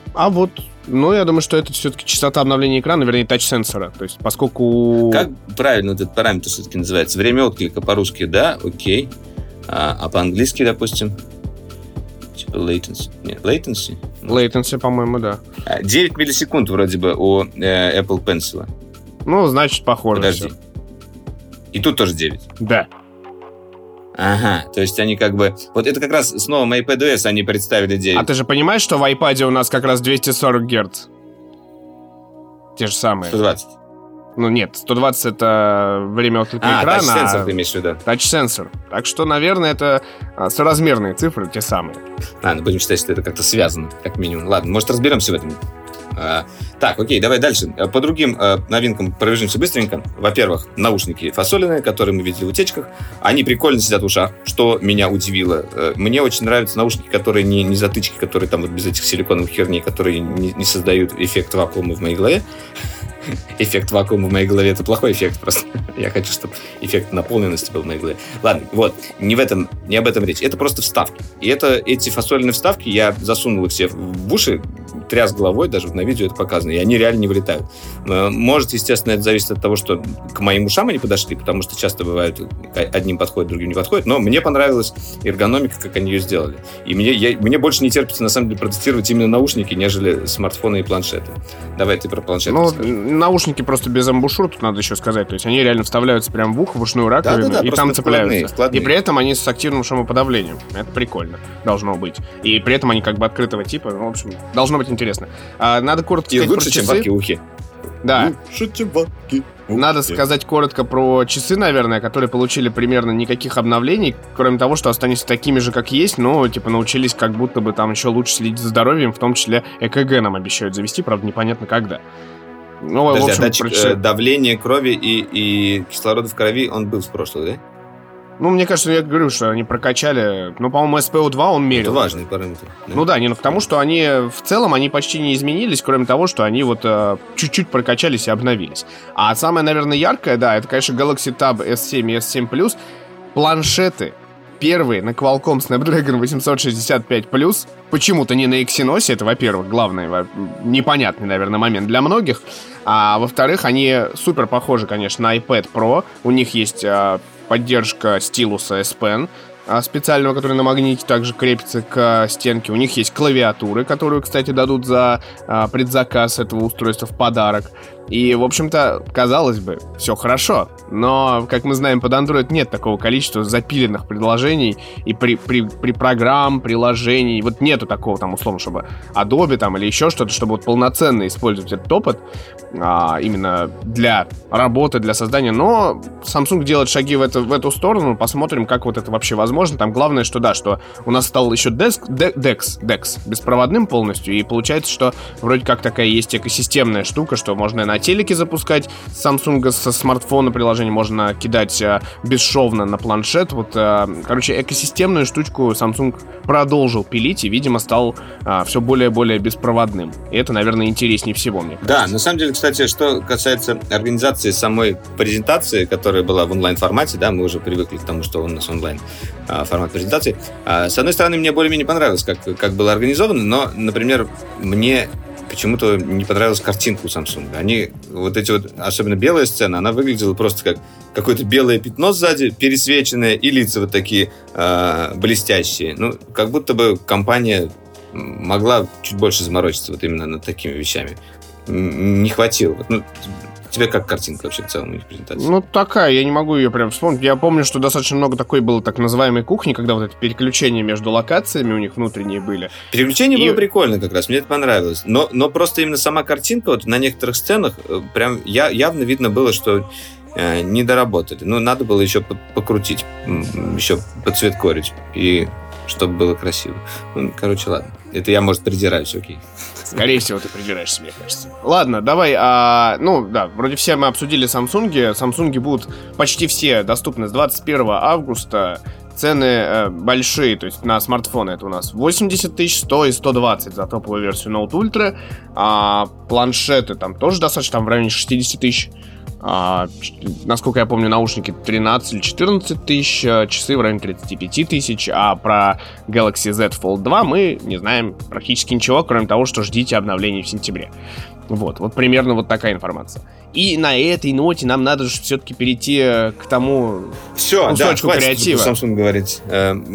Speaker 1: Я думаю, что это все-таки частота обновления экрана, вернее, тач-сенсора. То есть, поскольку...
Speaker 2: Как правильно этот параметр все-таки называется? Время отклика по-русски, да, окей. А по-английски, допустим? Типа latency. Нет, latency?
Speaker 1: Latency, по-моему, да.
Speaker 2: 9 миллисекунд вроде бы у Apple Pencil.
Speaker 1: Значит, похоже.
Speaker 2: Подожди.
Speaker 1: Все.
Speaker 2: И тут тоже 9?
Speaker 1: Да.
Speaker 2: Ага, то есть они как бы... Вот это как раз с новым iPadOS они представили 9.
Speaker 1: А ты же понимаешь, что в iPad у нас как раз 240 Гц? Те же самые.
Speaker 2: 120.
Speaker 1: Нет, 120 это время отклика экрана.
Speaker 2: Тач-сенсор ты имеешь в виду?
Speaker 1: Тач-сенсор. Так что, наверное, это соразмерные цифры, те самые.
Speaker 2: Будем считать, что это как-то связано, как минимум. Ладно, может, разберемся в этом. Так, окей, давай дальше. По другим новинкам пробежимся быстренько. Во-первых, наушники фасоленные, которые мы видели в утечках. Они прикольно сидят в ушах, что меня удивило. Мне очень нравятся наушники, которые не затычки, которые там вот без этих силиконовых херней, которые не создают эффект вакуума в моей голове. Эффект вакуума в моей голове — это плохой эффект просто. Я хочу, чтобы эффект наполненности был в моей голове. Ладно, вот, не об этом речь. Это просто вставки. И эти фасольные вставки, я засунул их все в уши, тряс головой, даже на видео это показано, и они реально не вылетают. Может, естественно, это зависит от того, что к моим ушам они подошли, потому что часто бывает, одним подходит, другим не подходит, но мне понравилась эргономика, как они ее сделали. И мне больше не терпится, на самом деле, протестировать именно наушники, нежели смартфоны и планшеты. Давай ты про планшеты расскажи.
Speaker 1: Наушники просто без амбушюр, тут надо еще сказать. То есть они реально вставляются прямо в ухо, в ушную раковину, и там цепляются.
Speaker 2: Складные.
Speaker 1: И при этом они с активным шумоподавлением. Это прикольно. Должно быть. И при этом они как бы открытого типа. В общем, должно быть интересно. Надо коротко сказать про часы.
Speaker 2: И лучше, чем ваки-ухи.
Speaker 1: Да. Надо сказать коротко про часы, наверное, которые получили примерно никаких обновлений, кроме того, что останутся такими же, как есть, но, научились как будто бы там еще лучше следить за здоровьем, в том числе ЭКГ нам обещают завести, правда, непонятно когда.
Speaker 2: Подожди, в общем, датчик давления крови и кислорода в крови, он был в прошлом, да?
Speaker 1: Мне кажется, я говорю, что они прокачали. По-моему, SPO2 он мерил.
Speaker 2: Это важный параметр.
Speaker 1: Да? К тому, что они в целом они почти не изменились, кроме того, что они чуть-чуть прокачались и обновились. А самое, наверное, яркое, да, это, конечно, Galaxy Tab S7 и S7 Plus. Планшеты первые на Qualcomm Snapdragon 865+, почему-то не на Exynos, это, во-первых, главный, непонятный, наверное, момент для многих. А во-вторых, они супер похожи, конечно, на iPad Pro. У них есть поддержка стилуса S Pen специального, который на магните также крепится к стенке. У них есть клавиатуры, которую, кстати, дадут за предзаказ этого устройства в подарок. И, в общем-то, казалось бы, все хорошо. Но, как мы знаем, под Android нет такого количества запиленных предложений и при программ, приложений. Вот нету такого, условно, чтобы Adobe или еще что-то, чтобы полноценно использовать этот опыт именно для работы, для создания. Но Samsung делает шаги в эту сторону. Посмотрим, как вот это вообще возможно. Там главное, что у нас стал еще DeX беспроводным полностью. И получается, что вроде как такая есть экосистемная штука, что можно на телеке запускать Samsung со смартфона приложение, можно кидать бесшовно на планшет. Экосистемную штучку Samsung продолжил пилить и, видимо, стал все более и более беспроводным. И это, наверное, интереснее всего, мне кажется.
Speaker 2: Да, на самом деле, кстати, что касается организации самой презентации, которая была в онлайн-формате, да, мы уже привыкли к тому, что у нас онлайн формат презентации. С одной стороны, мне более-менее понравилось, как было организовано, но, например, мне почему-то не понравилась картинка у Samsung. Они, вот эти вот, особенно белая сцена, она выглядела просто как какое-то белое пятно сзади, пересвеченное, и лица вот такие блестящие. Ну, как будто бы компания могла чуть больше заморочиться вот именно над такими вещами. Не хватило. Ну, тебе как картинка вообще в целом у них презентация?
Speaker 1: Ну, такая, я не могу ее прям вспомнить. Я помню, что достаточно много такой было так называемой кухни, когда вот это переключение между локациями у них внутренние были.
Speaker 2: Переключение было прикольно как раз, мне это понравилось. Но просто именно сама картинка, вот на некоторых сценах прям явно видно было, что не доработали. Ну, надо было еще покрутить, еще подцветкорить, и чтобы было красиво. Ну, короче, ладно. Это я, может, придираюсь, окей.
Speaker 1: Скорее всего, ты придираешься, мне кажется. Ладно, давай. Ну, да, вроде все мы обсудили Samsung. Samsung будут почти все доступны с 21 августа. Цены большие, то есть на смартфоны это у нас 80 тысяч, 100 и 120 за топовую версию Note Ultra. А планшеты там тоже достаточно, там в районе 60 тысяч. Насколько я помню, наушники 13 или 14 тысяч, часы в районе 35 тысяч, а про Galaxy Z Fold 2 мы не знаем практически ничего, кроме того, что ждите обновлений в сентябре. Вот примерно вот такая информация. И на этой ноте нам надо же все-таки перейти к тому кусочку креатива.
Speaker 2: Samsung говорит.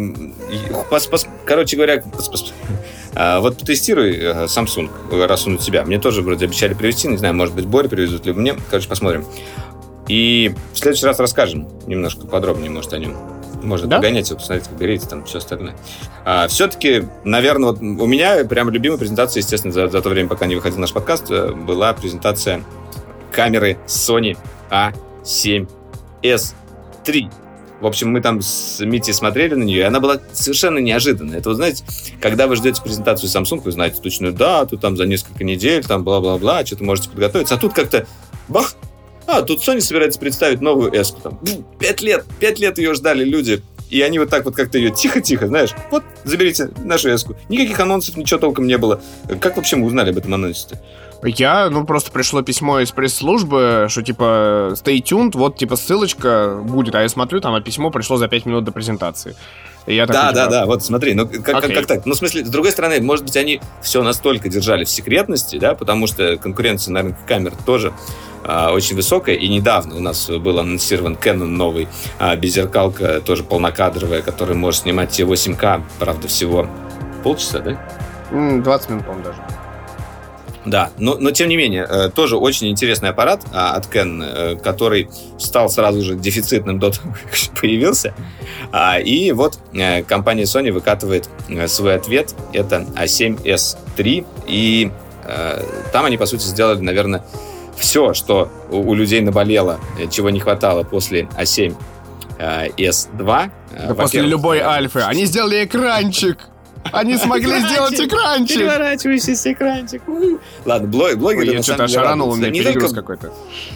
Speaker 2: Короче говоря, вот потестируй Samsung, раз он у тебя. Мне тоже вроде обещали привезти, не знаю, может быть, Боря привезут, либо мне. Короче, посмотрим. И в следующий раз расскажем немножко подробнее, может, о нем. Можно погонять его, посмотреть, как берете, там, все остальное. Все-таки, наверное, вот у меня прям любимая презентация, естественно, за то время, пока не выходил наш подкаст, была презентация камеры Sony A7S III. В общем, мы там с Митей смотрели на нее, и она была совершенно неожиданная. Это, вы знаете, когда вы ждете презентацию Samsung, вы знаете точную дату, там за несколько недель, там бла-бла-бла, что-то можете подготовиться. А тут как-то бах! Тут Sony собирается представить новую S-ку. Там 5 лет ее ждали люди. И они вот так вот как-то ее тихо-тихо, знаешь, вот, заберите нашу S-ку. Никаких анонсов, ничего толком не было. Как вообще мы узнали об этом анонсе-то?
Speaker 1: Просто пришло письмо из пресс-службы, что, типа, stay tuned, вот, типа, ссылочка будет, а я смотрю, там, письмо пришло за 5 минут до презентации.
Speaker 2: Да, вот смотри, ну как так? Ну, в смысле, с другой стороны, может быть, они все настолько держали в секретности, да, потому что конкуренция на рынке камер тоже очень высокая, и недавно у нас был анонсирован Canon новый, беззеркалка, тоже полнокадровая, которая может снимать те 8К, правда, всего полчаса, да?
Speaker 1: 20 минут, по-моему, даже.
Speaker 2: Да, но тем не менее, тоже очень интересный аппарат от Canon, который стал сразу же дефицитным до того, как появился. И вот компания Sony выкатывает свой ответ. Это A7S III. И там они, по сути, сделали, наверное, все, что у людей наболело, чего не хватало после A7S II.
Speaker 1: Да после любой альфы. Они сделали экранчик. Они смогли сделать экранчик.
Speaker 2: Переворачивающийся экранчик. Ладно, блогеры...
Speaker 1: Я что-то ошаранул, у меня перегруз какой-то.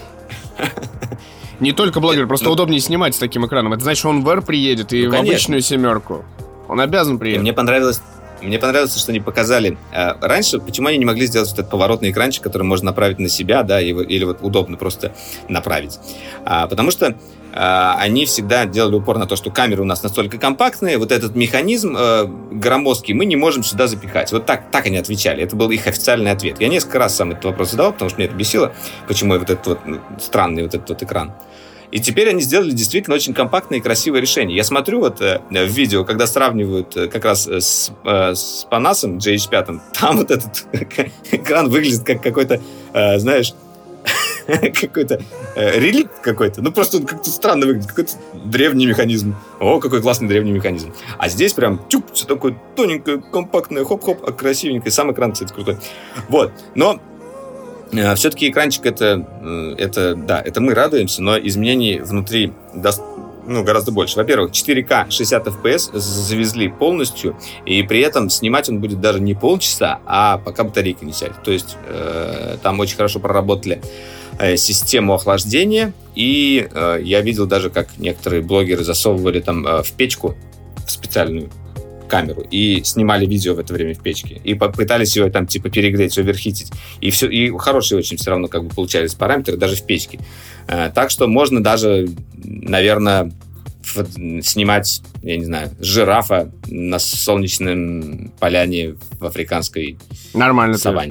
Speaker 1: Не только блогер, просто удобнее снимать с таким экраном. Это значит, он в R приедет и в обычную семерку. Он обязан приехать.
Speaker 2: Мне понравилось, что они показали. Раньше, почему они не могли сделать вот этот поворотный экранчик, который можно направить на себя, да, или вот удобно просто направить. Потому что они всегда делали упор на то, что камеры у нас настолько компактные, вот этот механизм громоздкий мы не можем сюда запихать. Вот так они отвечали. Это был их официальный ответ. Я несколько раз сам этот вопрос задавал, потому что меня это бесило, почему вот этот вот странный вот этот вот экран. И теперь они сделали действительно очень компактное и красивое решение. Я смотрю вот в видео, когда сравнивают как раз с Panas'ом GH5, там вот этот экран выглядит как какой-то, знаешь, какой-то реликт какой-то. Ну, просто он как-то странно выглядит. Какой-то древний механизм. О, какой классный древний механизм. А здесь прям все такое тоненькое, компактное, хоп-хоп, красивенькое. Сам экран, кстати, крутой. Вот. Но все-таки экранчик это мы радуемся, но изменений внутри гораздо больше. Во-первых, 4К 60 FPS завезли полностью, и при этом снимать он будет даже не полчаса, а пока батарейка не сядет. То есть там очень хорошо проработали систему охлаждения, и я видел даже, как некоторые блогеры засовывали там в печку, в специальную камеру, и снимали видео в это время в печке, и попытались ее там типа перегреть, оверхитить, и хорошие очень все равно как бы получались параметры даже в печке. Так что можно даже, наверное, снимать, я не знаю, жирафа на солнечном поляне в африканской саванне.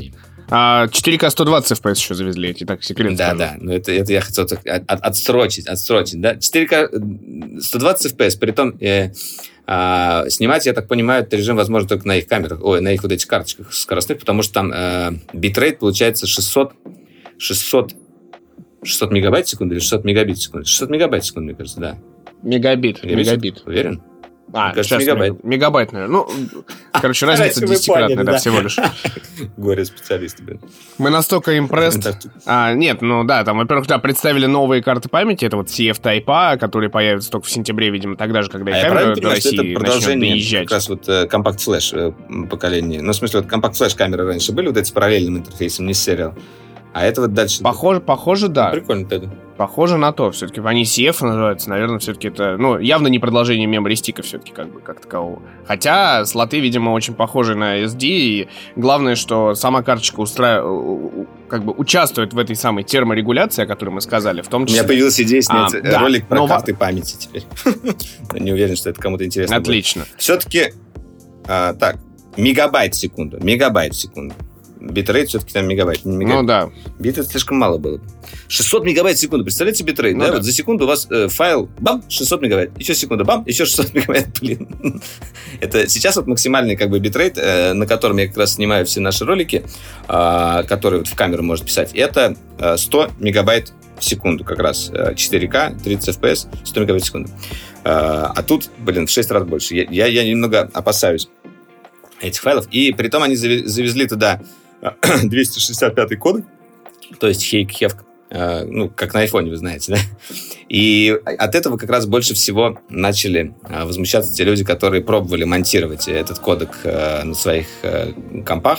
Speaker 1: 4К 120 FPS еще завезли, эти так секрет.
Speaker 2: Да, но это я хотел отсрочить, да. 4К 120 FPS, при том снимать, я так понимаю, этот режим возможно только на их камерах, на их вот этих карточках скоростных, потому что там битрейт получается 600 мегабайт в секунду или 600 мегабит в секунду? 600 мегабайт в секунду, мне кажется, да.
Speaker 1: Мегабит.
Speaker 2: Уверен?
Speaker 1: Кажется, мегабайт, наверное. Короче, разница 10-кратная, да, всего лишь.
Speaker 2: Горе-специалисты, блин.
Speaker 1: Мы настолько импрессed. Нет, там, во-первых, представили новые карты памяти. Это вот CF Type A, которые появятся только в сентябре, видимо, тогда же, когда и камера до России начнет доезжать.
Speaker 2: Как раз вот компакт-флеш поколение. Ну, в смысле, вот компакт-флеш камеры раньше были вот эти с параллельным интерфейсом, не сериал. А это вот дальше...
Speaker 1: Похоже, да.
Speaker 2: Прикольно тогда.
Speaker 1: Похоже на то. Все-таки они CF называются. Наверное, все-таки это... явно не продолжение мемори-стика все-таки как такового. Хотя слоты, видимо, очень похожи на SD. И главное, что сама карточка участвует в этой самой терморегуляции, о которой мы сказали. В том числе...
Speaker 2: У меня появилась идея снять ролик про карты памяти теперь. Не уверен, что это кому-то интересно.
Speaker 1: Отлично.
Speaker 2: Все-таки... мегабайт в секунду. Битрейт все-таки там мегабайт.
Speaker 1: Да.
Speaker 2: Бит это слишком мало было. 600 мегабайт в секунду. Представляете битрейт, да? Вот за секунду у вас файл, бам, 600 мегабайт. Еще секунда, бам, еще 600 мегабайт. Блин. Это сейчас вот максимальный битрейт, на котором я как раз снимаю все наши ролики, которые вот в камеру может писать. Это 100 мегабайт в секунду как раз. 4К, 30 FPS, 100 мегабайт в секунду. А тут, в 6 раз больше. Я немного опасаюсь этих файлов. И при том они завезли туда 265 кодек, то есть хейк-хевк, как на айфоне, вы знаете, да? И от этого как раз больше всего начали возмущаться те люди, которые пробовали монтировать этот кодек на своих компах.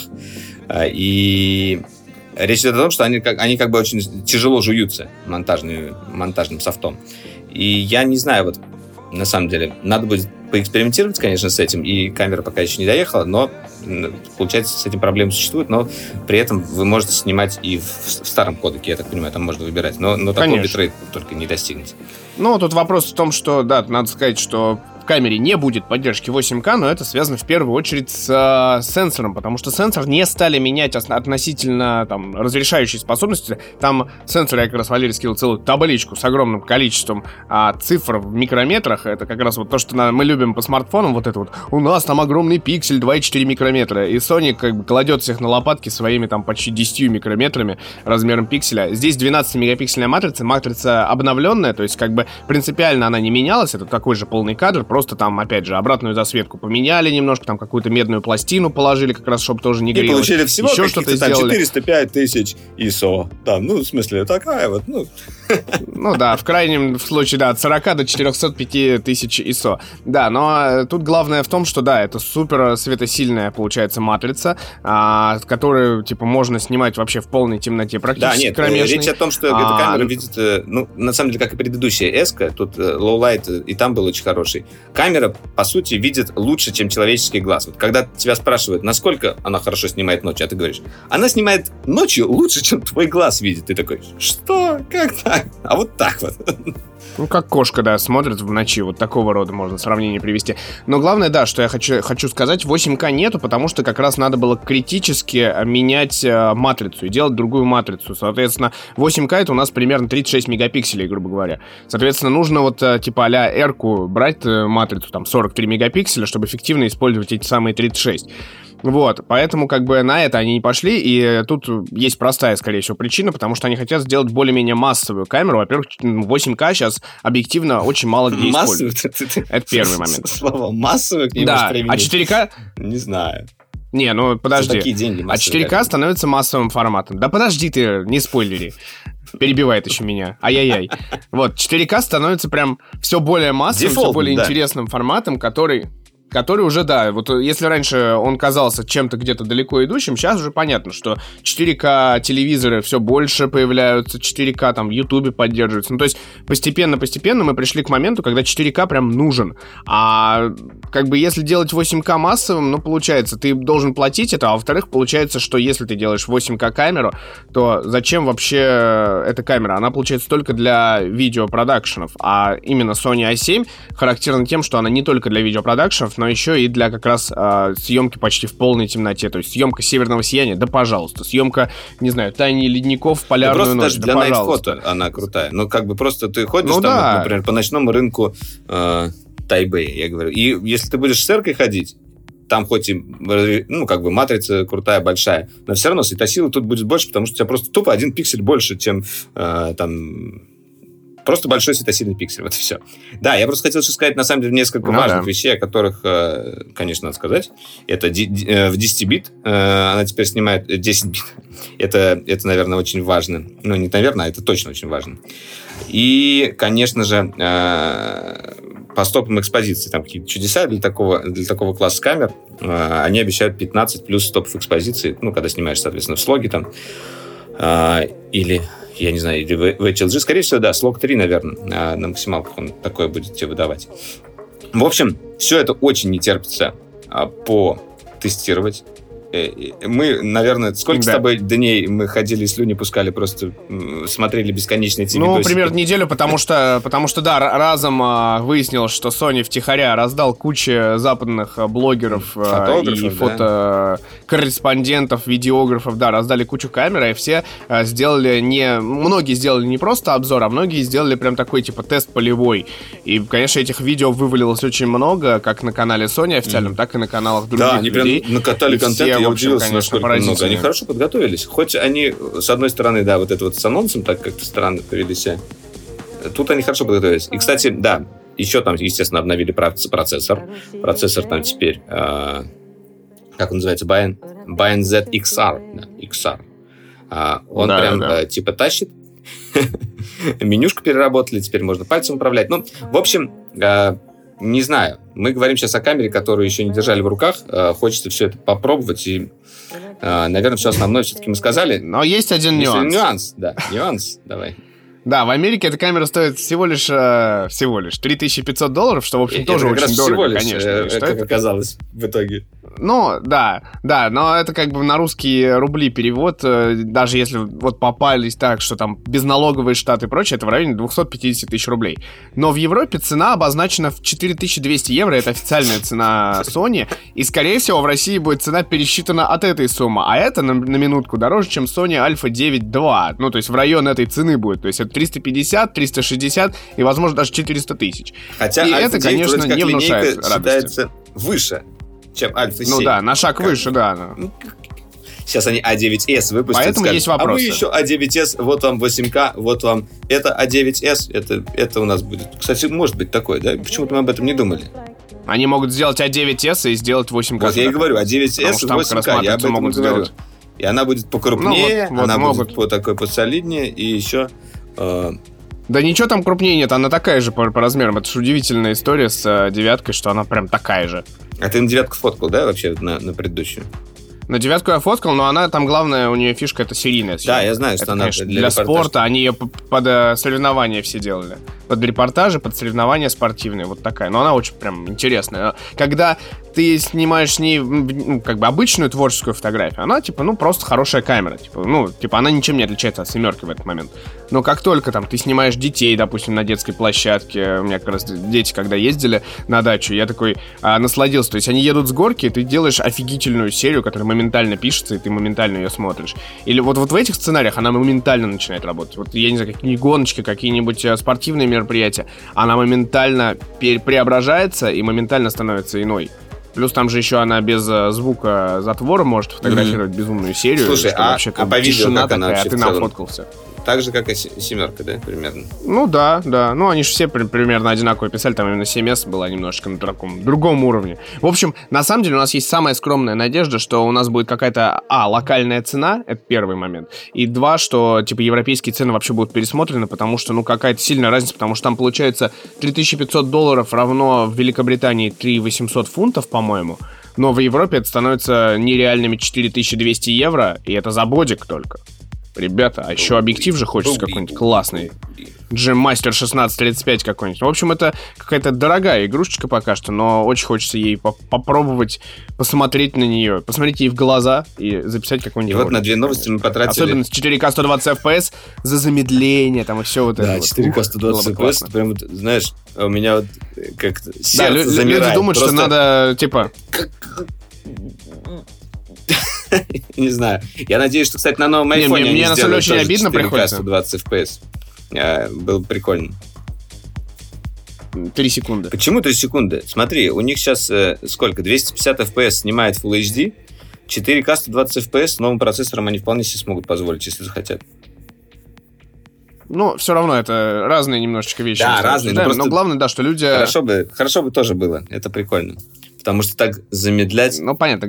Speaker 2: И речь идет о том, что они очень тяжело жуются монтажным софтом. И я не знаю, на самом деле, надо будет поэкспериментировать, конечно, с этим, и камера пока еще не доехала, но, получается, с этим проблемы существуют, но при этом вы можете снимать и в старом кодеке, я так понимаю, там можно выбирать, но такой битрейт только не достигнете.
Speaker 1: Тут вопрос в том, что, да, надо сказать, что в камере не будет поддержки 8К, но это связано в первую очередь с сенсором, потому что сенсор не стали менять относительно разрешающей способности. Там сенсор, я как раз Валерий скинул целую табличку с огромным количеством цифр в микрометрах. Это как раз то, что мы любим по смартфонам, у нас там огромный пиксель 2,4 микрометра, и Sony кладет всех на лопатки своими почти 10 микрометрами размером пикселя. Здесь 12-мегапиксельная матрица обновленная, то есть принципиально она не менялась, это такой же полный кадр, просто там, опять же, обратную засветку поменяли немножко, там какую-то медную пластину положили, как раз, чтобы тоже не грелось.
Speaker 2: И получили всего еще что-то сделали. 405 тысяч ISO. Там, в смысле, такая
Speaker 1: да, в крайнем случае, от 40 до 405 тысяч ISO. Да, но тут главное в том, что, да, это супер светосильная, получается, матрица, которую, можно снимать вообще в полной темноте, практически кромешной.
Speaker 2: Речь о том, что эта камера видит, на самом деле, как и предыдущая S-ка, тут лоу-лайт и там был очень хороший. Камера, по сути, видит лучше, чем человеческий глаз. Когда тебя спрашивают, насколько она хорошо снимает ночью, а ты говоришь, она снимает ночью лучше, чем твой глаз видит. Ты такой, что? Как так? А вот так вот.
Speaker 1: Как кошка, да, смотрит в ночи. Такого рода можно сравнение привести. Но главное, да, что я хочу сказать, 8К нету, потому что как раз надо было критически менять матрицу и делать другую матрицу. Соответственно, 8К это у нас примерно 36 мегапикселей, грубо говоря. Соответственно, нужно а-ля R-ку брать матрицу, 43 мегапикселя, чтобы эффективно использовать эти самые 36. Поэтому на это они не пошли, и тут есть простая, скорее всего, причина, потому что они хотят сделать более-менее массовую камеру. Во-первых, 8К сейчас объективно очень мало где используют. Это первый момент.
Speaker 2: Слово массовую к нему
Speaker 1: применить. А 4К?
Speaker 2: Не знаю.
Speaker 1: Не, подожди.
Speaker 2: Такие деньги массовые.
Speaker 1: А 4К становится массовым форматом. Да подожди ты, не спойлери. Перебивает еще меня. Ай-яй-яй. 4К становится прям все более массовым, все более интересным форматом, который уже, да, если раньше он казался чем-то где-то далеко идущим, сейчас уже понятно, что 4К телевизоры все больше появляются, 4К в Ютубе поддерживаются. То есть постепенно мы пришли к моменту, когда 4К прям нужен. А если делать 8К массовым, получается, ты должен платить это, а во-вторых, получается, что если ты делаешь 8К камеру, то зачем вообще эта камера? Она, получается, только для видеопродакшенов, а именно Sony A7 характерна тем, что она не только для видеопродакшенов, но еще и для как раз съемки почти в полной темноте. То есть съемка «Северного сияния», да пожалуйста. Съемка, не знаю, «Тайни ледников» в полярную ночь,
Speaker 2: да пожалуйста. Просто даже для найт-фото она крутая. Ну, как бы просто ты ходишь например, по ночному рынку Тайбэя, я говорю. И если ты будешь с церквой ходить, там хоть и, матрица крутая, большая, но все равно светосилы тут будет больше, потому что у тебя просто тупо 1 пиксель больше, чем просто большой светосильный пиксель. Вот и все. Да, я просто хотел еще сказать, на самом деле, несколько важных вещей, о которых, конечно, надо сказать. Это в 10 бит. Она теперь снимает 10 бит. Это, наверное, очень важно. Ну, не наверное, а это точно очень важно. И, конечно же, по стопам экспозиции, там какие-то чудеса для такого класса камер. Они обещают 15 плюс стопов экспозиции, когда снимаешь, соответственно, в слоге там. Или, я не знаю, или в HLG. Скорее всего, да, слог 3, наверное, на максималках он такое будет тебе выдавать. В общем, все это очень не терпится потестировать. Мы, наверное, сколько с тобой дней мы ходили, слюни пускали, просто смотрели бесконечные эти видосики?
Speaker 1: Примерно неделю, потому что да, разом выяснилось, что Sony втихаря раздал куче западных блогеров и фотокорреспондентов, видеографов, раздали кучу камер, и все многие сделали не просто обзор, а многие сделали прям такой, типа, тест полевой. И, конечно, этих видео вывалилось очень много, как на канале Sony официальном, так и на каналах других людей.
Speaker 2: Да, они прям накатали контент. Я удивился, насколько много. Они хорошо подготовились. Хоть они, с одной стороны, да, вот это вот с анонсом так как-то странно повели себя. Тут они хорошо подготовились. И, кстати, да, еще там, естественно, обновили процессор. Процессор там теперь, как он называется, Bion Z XR. Да, XR. Он типа тащит. Менюшку переработали, теперь можно пальцем управлять. Ну, в общем, не знаю. Мы говорим сейчас о камере, которую еще не держали в руках. Хочется все это попробовать. И, наверное, все основное все-таки мы сказали.
Speaker 1: Но есть один нюанс.
Speaker 2: Нюанс, давай.
Speaker 1: Да, в Америке эта камера стоит всего лишь $3500, что, в общем, тоже очень дорого, конечно.
Speaker 2: Как оказалось в итоге.
Speaker 1: Ну, да, но это как бы на русские рубли перевод, даже если вот попались так, что там безналоговые штаты и прочее, это в районе 250 тысяч рублей. Но в Европе цена обозначена в 4200 евро, это официальная цена Sony, и, скорее всего, в России будет цена пересчитана от этой суммы, а это на минутку дороже, чем Sony Alpha 9 II, ну, то есть в район этой цены будет, то есть это 350, 360 и, возможно, даже 400 тысяч.
Speaker 2: Хотя
Speaker 1: и это, конечно, не внушает радости.
Speaker 2: Считается выше, чем Альфа 7.
Speaker 1: Ну да, на шаг выше, да.
Speaker 2: Сейчас они A9S выпустят.
Speaker 1: Поэтому
Speaker 2: скажут,
Speaker 1: есть вопросы.
Speaker 2: А мы еще A9S, вот вам 8К, вот вам это A9S, это у нас будет. Кстати, может быть такое, да? Почему-то мы об этом не думали.
Speaker 1: Они могут сделать A9S и сделать 8К.
Speaker 2: Вот я и говорю, A9S и 8К, я об этом и говорю. И она будет покрупнее, она будет посолиднее, и еще...
Speaker 1: Да ничего там крупнее нет, она такая же по размерам. Это же удивительная история с девяткой, что она прям такая же.
Speaker 2: А ты на девятку фоткал, да, вообще, на предыдущую?
Speaker 1: На девятку я фоткал, но она там, главное, у нее фишка — это серийная съемка.
Speaker 2: Да, я знаю, что
Speaker 1: это,
Speaker 2: она
Speaker 1: конечно, для спорта. Они ее под соревнования все делали. Под репортажи, под соревнования спортивные. Вот такая. Но она очень прям интересная. Когда ты снимаешь с ней как бы обычную творческую фотографию, она типа, просто хорошая камера. Типа, она ничем не отличается от семерки в этот момент. Но как только там ты снимаешь детей, допустим, на детской площадке, у меня как раз дети, когда ездили на дачу, я такой насладился. То есть они едут с горки, и ты делаешь офигительную серию, которая моментально пишется, и ты моментально ее смотришь. Или вот в этих сценариях она моментально начинает работать. Вот, я не знаю, какие-нибудь гоночки, какие-нибудь спортивные мероприятия, она моментально преображается и моментально становится иной. Плюс там же еще она без звука затвора может фотографировать безумную серию.
Speaker 2: Слушай, вообще, по видео как она вообще
Speaker 1: ты нафоткался.
Speaker 2: Так же, как и семерка, да, примерно?
Speaker 1: Ну да. Ну, они же все примерно одинаково писали. Там именно 7S была немножечко на таком другом уровне. В общем, на самом деле у нас есть самая скромная надежда, что у нас будет какая-то, локальная цена, это первый момент, и 2, что, типа, европейские цены вообще будут пересмотрены, потому что, какая-то сильная разница, потому что там, получается, $3500 равно в Великобритании 3800 фунтов, по-моему, но в Европе это становится нереальными 4200 евро, и это за бодик только. Ребята, а еще объектив же хочется какой-нибудь классный. G-Master 1635 какой-нибудь. В общем, это какая-то дорогая игрушечка пока что, но очень хочется ей попробовать посмотреть на нее, посмотреть ей в глаза и записать какой-нибудь.
Speaker 2: И вот на 2 новости мы потратили.
Speaker 1: Особенно с 4К 120 FPS за замедление там и все вот это.
Speaker 2: Да, 4К 120 FPS, прям, знаешь, у меня вот как-то сердце замирает.
Speaker 1: Люди думают, просто... что надо, типа...
Speaker 2: Не знаю. Я надеюсь, что, кстати, на новом айфоне
Speaker 1: мне на самом деле очень обидно приходится.
Speaker 2: 120 FPS. Было прикольно.
Speaker 1: 3 секунды.
Speaker 2: Почему 3 секунды? Смотри, у них сейчас сколько? 250 FPS снимает Full HD. 4К 120 FPS с новым процессором они вполне себе смогут позволить, если захотят.
Speaker 1: Ну, все равно это разные немножечко вещи.
Speaker 2: Да, разные.
Speaker 1: Но главное, да, что люди...
Speaker 2: Хорошо бы тоже было. Это прикольно. Потому что так замедлять...
Speaker 1: Ну, понятно.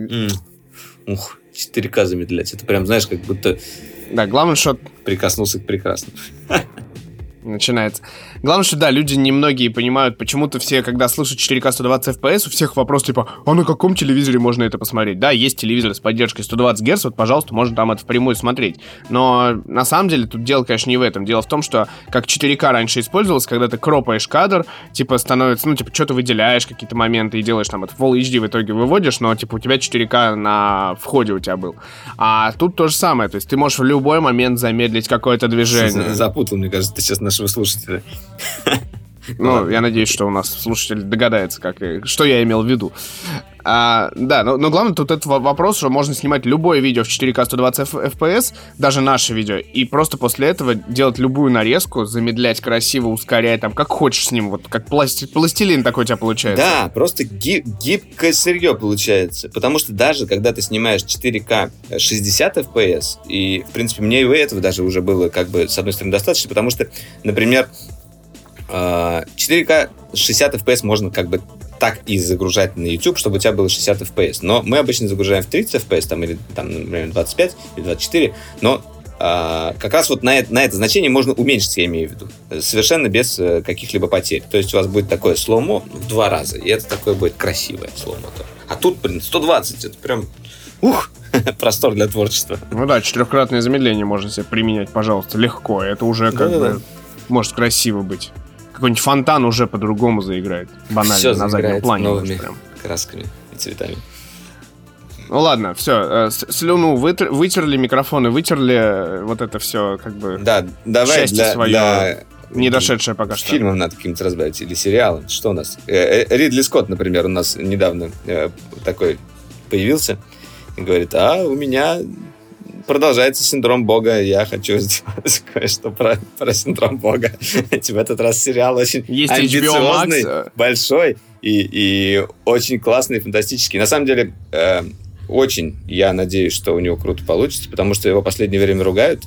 Speaker 2: 4К замедлять. Это прям, знаешь, как будто...
Speaker 1: Да, главное, что...
Speaker 2: Прикоснулся к прекрасному.
Speaker 1: Начинается. Главное, что да, люди немногие понимают, почему-то все, когда слышат 4К 120 FPS, у всех вопрос типа, а на каком телевизоре можно это посмотреть? Да, есть телевизор с поддержкой 120 Гц, вот, пожалуйста, можно там это впрямую смотреть. Но на самом деле тут дело, конечно, не в этом. Дело в том, что как 4К раньше использовалось, когда ты кропаешь кадр, типа становится, ну, типа, что-то выделяешь какие-то моменты и делаешь там это Full HD в итоге выводишь, но, типа, у тебя 4К на входе у тебя был. А тут то же самое, то есть ты можешь в любой момент замедлить какое-то движение.
Speaker 2: Запутал, мне кажется, ты сейчас нашего слушателя.
Speaker 1: Ну, я надеюсь, что у нас слушатель догадается, что я имел в виду. Да, но главное тут этот вопрос, что можно снимать любое видео в 4К 120 FPS, даже наше видео, и просто после этого делать любую нарезку, замедлять красиво, ускорять, там, как хочешь с ним, вот как пластилин такой у тебя получается.
Speaker 2: Да, просто гибкое сырье получается, потому что даже когда ты снимаешь 4К 60 FPS, и, в принципе, мне и этого даже уже было, как бы, с одной стороны, достаточно, потому что, например, 4К 60 FPS можно как бы так и загружать на YouTube, чтобы у тебя было 60 FPS. Но мы обычно загружаем в 30 FPS, там, или, там, например, 25 или 24, но как раз вот на это значение можно уменьшить, я имею в виду, совершенно без каких-либо потерь. То есть у вас будет такое слоумо в 2 раза, и это такое будет красивое слоумо. А тут, блин, 120, это прям... простор для творчества.
Speaker 1: Ну да, 4-кратное замедление можно себе применять, пожалуйста, легко. Это уже как бы может красиво быть. Какой-нибудь фонтан уже по-другому заиграет. Банально,
Speaker 2: все
Speaker 1: на заднем плане.
Speaker 2: Новыми прям красками и цветами.
Speaker 1: Ну ладно, все. Слюну вытерли, микрофоны вытерли. Вот это все как бы...
Speaker 2: Да, давай
Speaker 1: счастье свое, не дошедшее пока что.
Speaker 2: Фильмом надо каким-то разбавить. Или сериалом. Что у нас? Ридли Скотт, например, у нас недавно такой появился. И говорит, у меня... продолжается синдром Бога. Я хочу сделать кое-что про синдром Бога. В этот раз сериал очень
Speaker 1: есть
Speaker 2: амбициозный, большой и очень классный, фантастический. На самом деле, очень я надеюсь, что у него круто получится, потому что его в последнее время ругают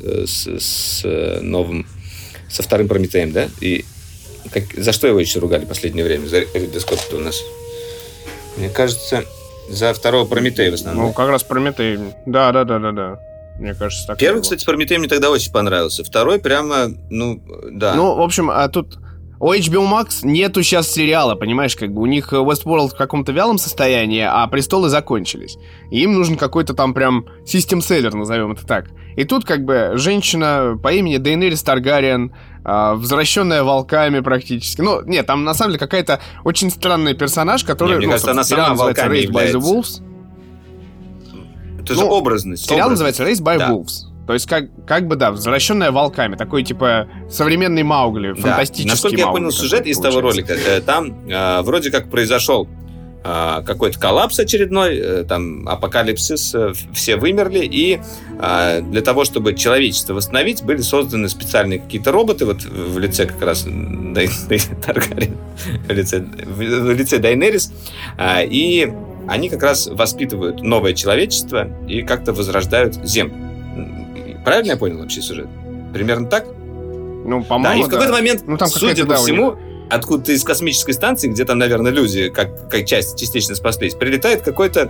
Speaker 2: со вторым Прометеем, да? И за что его еще ругали в последнее время? За Ридли Скотта у нас. Мне кажется, за второго Прометея в основном.
Speaker 1: Ну, как раз Прометей. Да. Мне кажется, так.
Speaker 2: Первый, кстати, Прометей мне тогда очень понравился. Второй прямо, да.
Speaker 1: Ну, в общем, тут у HBO Max нету сейчас сериала, понимаешь, как бы у них Westworld в каком-то вялом состоянии, а Престолы закончились. И им нужен какой-то там прям систем-селлер, назовем это так. И тут как бы женщина по имени Дейенерис Таргариен, возвращенная волками практически. Ну, нет, там на самом деле какая-то очень странный персонаж, который...
Speaker 2: Мне кажется, она сама волками является.
Speaker 1: Raised by the Wolves.
Speaker 2: Это же образность.
Speaker 1: Сериал называется Raised by Wolves. То есть, как бы, да, возвращенная волками. Такой, типа, современный Маугли, фантастический Маугли.
Speaker 2: Насколько я понял сюжет из того ролика, там вроде как произошел какой-то коллапс очередной, там апокалипсис, все вымерли, и для того, чтобы человечество восстановить, были созданы специальные какие-то роботы, вот в лице как раз Таргариен, в лице Дейенерис, и они как раз воспитывают новое человечество и как-то возрождают Землю. Правильно я понял вообще сюжет? Примерно так?
Speaker 1: Ну, по-моему,
Speaker 2: да. И в какой-то момент,
Speaker 1: там
Speaker 2: судя по всему, откуда-то из космической станции, где там, наверное, люди как частично спаслись, прилетает какой-то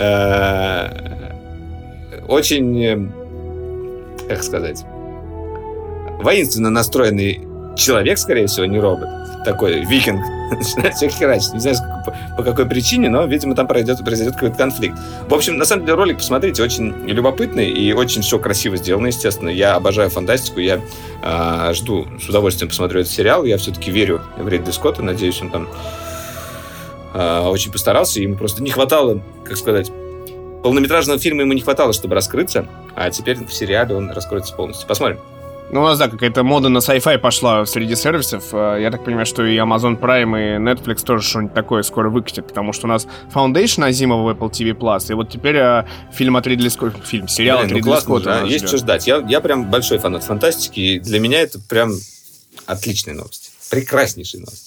Speaker 2: очень, как сказать, воинственно настроенный человек, скорее всего, не робот. Такой викинг, начинает всех херачить. Не знаю, по какой причине, но, видимо, там произойдет какой-то конфликт. В общем, на самом деле, ролик, посмотрите, очень любопытный и очень все красиво сделано, естественно. Я обожаю фантастику, я жду, с удовольствием посмотрю этот сериал. Я все-таки верю в Ридли Скотта, надеюсь, он там очень постарался. Ему просто не хватало, как сказать, полнометражного фильма ему не хватало, чтобы раскрыться, а теперь в сериале он раскроется полностью. Посмотрим.
Speaker 1: Ну, у нас, да, какая-то мода на sci-fi пошла среди сервисов. Я так понимаю, что и Amazon Prime, и Netflix тоже что-нибудь такое скоро выкатят, потому что у нас Foundation Азимова в Apple TV+, и вот теперь фильм от Ридли Скотта, сериал от Ридли Скотта.
Speaker 2: Да, есть что ждать. Я прям большой фанат фантастики, и для меня это прям отличные новости. Прекраснейшие новости.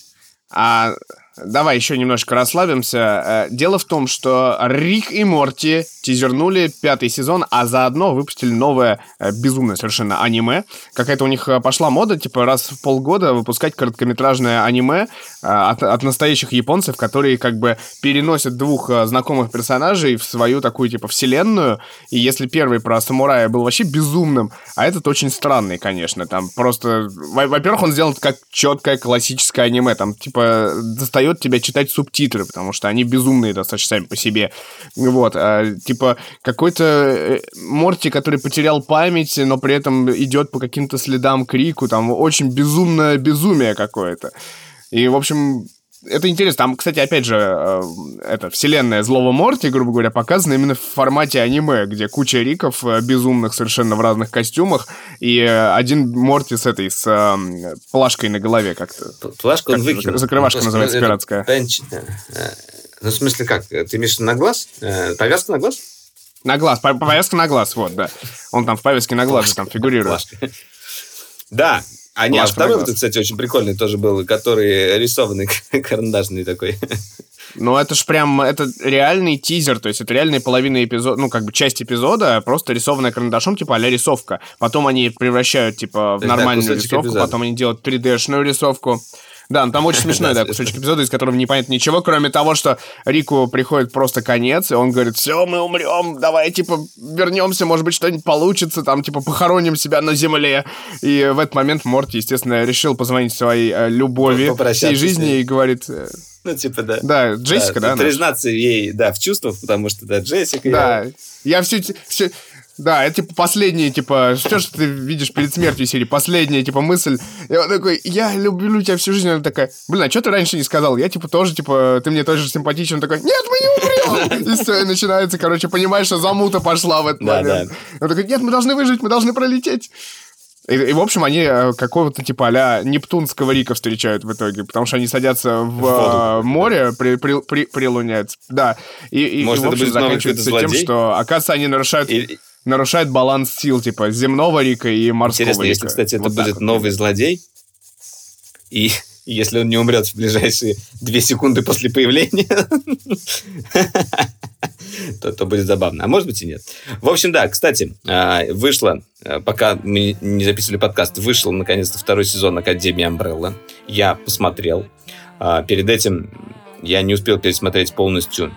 Speaker 1: Давай еще немножко расслабимся. Дело в том, что Рик и Морти тизернули 5-й сезон, а заодно выпустили новое безумное совершенно аниме. Какая-то у них пошла мода, типа раз в полгода выпускать короткометражное аниме от настоящих японцев, которые как бы переносят двух знакомых персонажей в свою такую типа вселенную. И если первый про самурая был вообще безумным, а этот очень странный, конечно. Там просто... Во-первых, он сделан как четкое классическое аниме. Там типа достает тебя читать субтитры, потому что они безумные достаточно сами по себе. Вот. Типа какой-то Морти, который потерял память, но при этом идет по каким-то следам к Рику. Там очень безумное безумие какое-то. И, в общем... Это интересно. Там, кстати, опять же, вселенная злого Морти, грубо говоря, показана именно в формате аниме, где куча Риков безумных совершенно в разных костюмах, и один Морти с плашкой на голове как-то.
Speaker 2: Плашку он выкинул.
Speaker 1: Закрывашка называется пиратская.
Speaker 2: Ну, в смысле как? Ты имеешь на глаз? Повязка на глаз?
Speaker 1: На глаз. Повязка на глаз, вот, да. Он там в повязке на глаз там фигурирует.
Speaker 2: Да. Второй, кстати, очень прикольный тоже был, который рисованный, карандашный такой.
Speaker 1: Ну, это ж прям, это реальный тизер, то есть это реальная половина эпизода, ну, как бы часть эпизода, просто рисованная карандашом, типа а-ля рисовка. Потом они превращают, типа, в нормальную рисовку, эпизода. Потом они делают 3D-шную рисовку. Да, ну, там очень смешной, да, кусочек эпизода, из которого не понятно ничего, кроме того, что Рику приходит просто конец, и он говорит: все, мы умрем, давай, типа, вернемся, может быть, что-нибудь получится, там, типа, похороним себя на земле. И в этот момент Морти, естественно, решил позвонить своей любови всей жизни и говорит...
Speaker 2: Ну, типа, да.
Speaker 1: Да, Джессика, да?
Speaker 2: Признаться ей, да, в чувствах, потому что, да, Джессика...
Speaker 1: Да, я все... Да, это, типа, последняя, типа, все, что ты видишь перед смертью серии, последняя, типа, мысль. И он такой: я люблю тебя всю жизнь. Она такая: блин, а что ты раньше не сказал? Я, типа, тоже, типа, ты мне тоже симпатичен. Он такой: нет, мы не умрем! И все, и начинается, короче, понимаешь, что замута пошла в этот момент. Он такой: нет, мы должны выжить, мы должны пролететь. И, в общем, они какого-то типа а-ля Нептунского Рика встречают в итоге, потому что они садятся в море, прилуняются. Да. И в общем, заканчивается тем, что, оказывается, они нарушают баланс сил, типа, земного Рика и морского
Speaker 2: Интересно,
Speaker 1: Рика.
Speaker 2: если, кстати, это будет новый злодей, и если он не умрет в ближайшие 2 секунды после появления, то будет забавно. А может быть и нет. В общем, да, кстати, вышло, пока мы не записывали подкаст, вышел, наконец-то, 2-й сезон Академии Umbrella. Я посмотрел. Перед этим я не успел пересмотреть полностью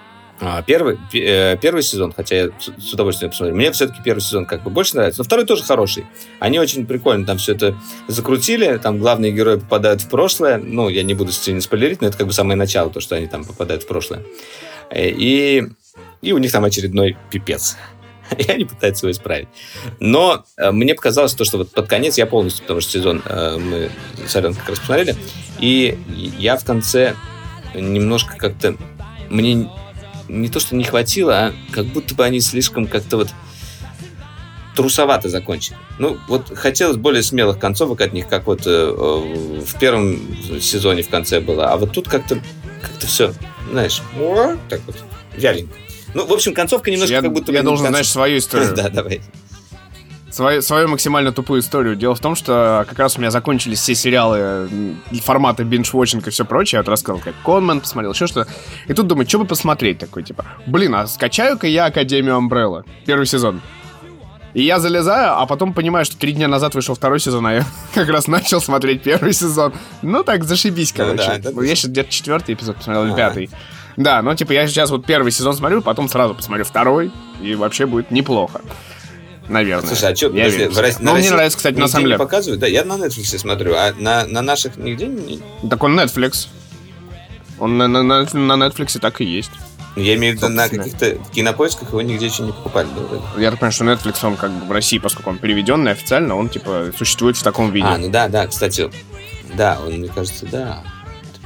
Speaker 2: первый сезон, хотя я с удовольствием посмотрел. Мне все-таки первый сезон как бы больше нравится, но второй тоже хороший. Они очень прикольно там все это закрутили, там главные герои попадают в прошлое. Ну, я не буду сильно спойлерить, но это как бы самое начало, то, что они там попадают в прошлое. И у них там очередной пипец. И они пытаются его исправить. Но мне показалось то, что вот под конец я полностью, потому что сезон мы с Аленой как раз посмотрели, и я в конце немножко как-то... Мне не то, что не хватило, а как будто бы они слишком как-то вот трусовато закончили. Ну, вот хотелось более смелых концовок от них, как вот в первом сезоне в конце было. А вот тут как-то все, знаешь, так вот, вяленько. Ну, в общем, концовка немножко как будто...
Speaker 1: Я должен, знаешь, свою историю.
Speaker 2: Да, давай.
Speaker 1: Свою максимально тупую историю. Дело в том, что как раз у меня закончились все сериалы формата binge-watching и все прочее. Я вот рассказал, как Конман посмотрел, еще что-то. И тут думаю, что бы посмотреть такой, типа, блин, а скачаю-ка я Академию Umbrella, 1-й сезон. И я залезаю, а потом понимаю, что 3 дня назад вышел 2-й сезон, а я как раз начал смотреть 1-й сезон. Ну так, зашибись, короче. Ну, да, я сейчас где-то 4-й эпизод посмотрел, 5-й. Да, ну типа я сейчас вот 1-й сезон смотрю, потом сразу посмотрю 2-й, и вообще будет неплохо. Наверное.
Speaker 2: Слушай, а что,
Speaker 1: ну, мне нравится, кстати, на самом деле.
Speaker 2: Показывают? Да, я на Netflix смотрю, а на наших нигде не...
Speaker 1: Так он Netflix. Он на Netflix так и есть.
Speaker 2: Я имею в виду, на каких-то кинопоисках его нигде еще не покупали. Да?
Speaker 1: Я так понимаю, что Netflix, он как бы в России, поскольку он переведенный официально, он типа существует в таком виде.
Speaker 2: Ну да, кстати. Да, он, мне кажется, да.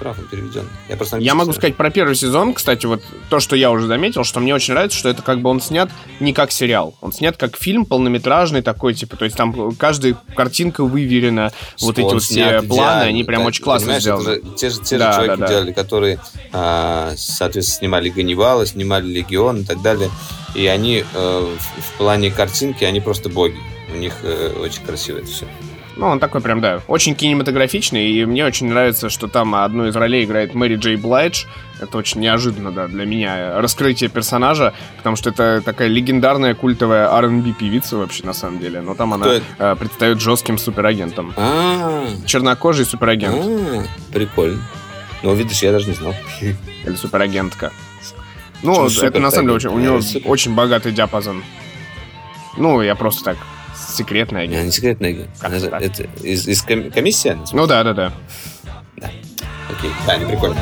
Speaker 2: прав, он переведен.
Speaker 1: Я могу сказать про первый сезон, кстати, вот то, что я уже заметил, что мне очень нравится, что это как бы он снят не как сериал. Он снят как фильм полнометражный такой, типа, то есть там каждая картинка выверена, вот эти вот все планы, они прям очень классно сделаны.
Speaker 2: Те же человеки делали, которые, соответственно, снимали Ганнибала, снимали Легион и так далее. И они в плане картинки, они просто боги. У них очень красиво это все.
Speaker 1: Ну, он такой прям, да, очень кинематографичный, и мне очень нравится, что там одну из ролей играет Мэри Джей Блайдж. Это очень неожиданно, да, для меня раскрытие персонажа, потому что это такая легендарная культовая R&B певица вообще, на самом деле. Но там она предстает жестким суперагентом. Чернокожий суперагент.
Speaker 2: Прикольно. Ну, видишь, я даже не знал.
Speaker 1: Или суперагентка. Ну, это на самом деле у него очень богатый диапазон. Ну, я просто так... Секретный агент.
Speaker 2: Не секретный агент. Это из комиссии?
Speaker 1: Ну да.
Speaker 2: Да. Окей. Да, не прикольно.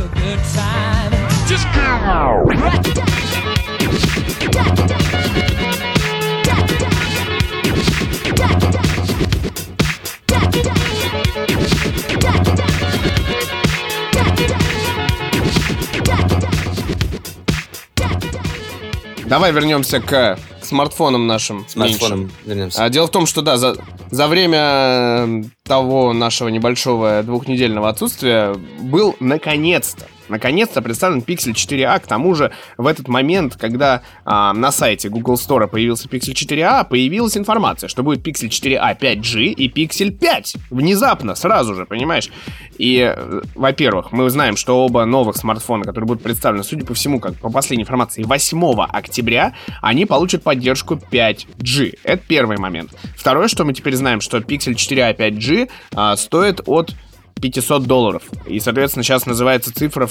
Speaker 1: Давай вернемся к смартфонам нашим.
Speaker 2: Вернемся.
Speaker 1: Дело в том, что да, за время того нашего небольшого двухнедельного отсутствия был наконец-то представлен Pixel 4a. К тому же в этот момент, когда на сайте Google Store появился Pixel 4a, появилась информация, что будет Pixel 4a 5G и Pixel 5. Внезапно, сразу же, понимаешь? И, во-первых, мы знаем, что оба новых смартфона, которые будут представлены, судя по всему, как по последней информации, 8 октября, они получат поддержку 5G. Это первый момент. Второе, что мы теперь знаем, что Pixel 4a 5G стоит от $500. И, соответственно, сейчас называется цифра в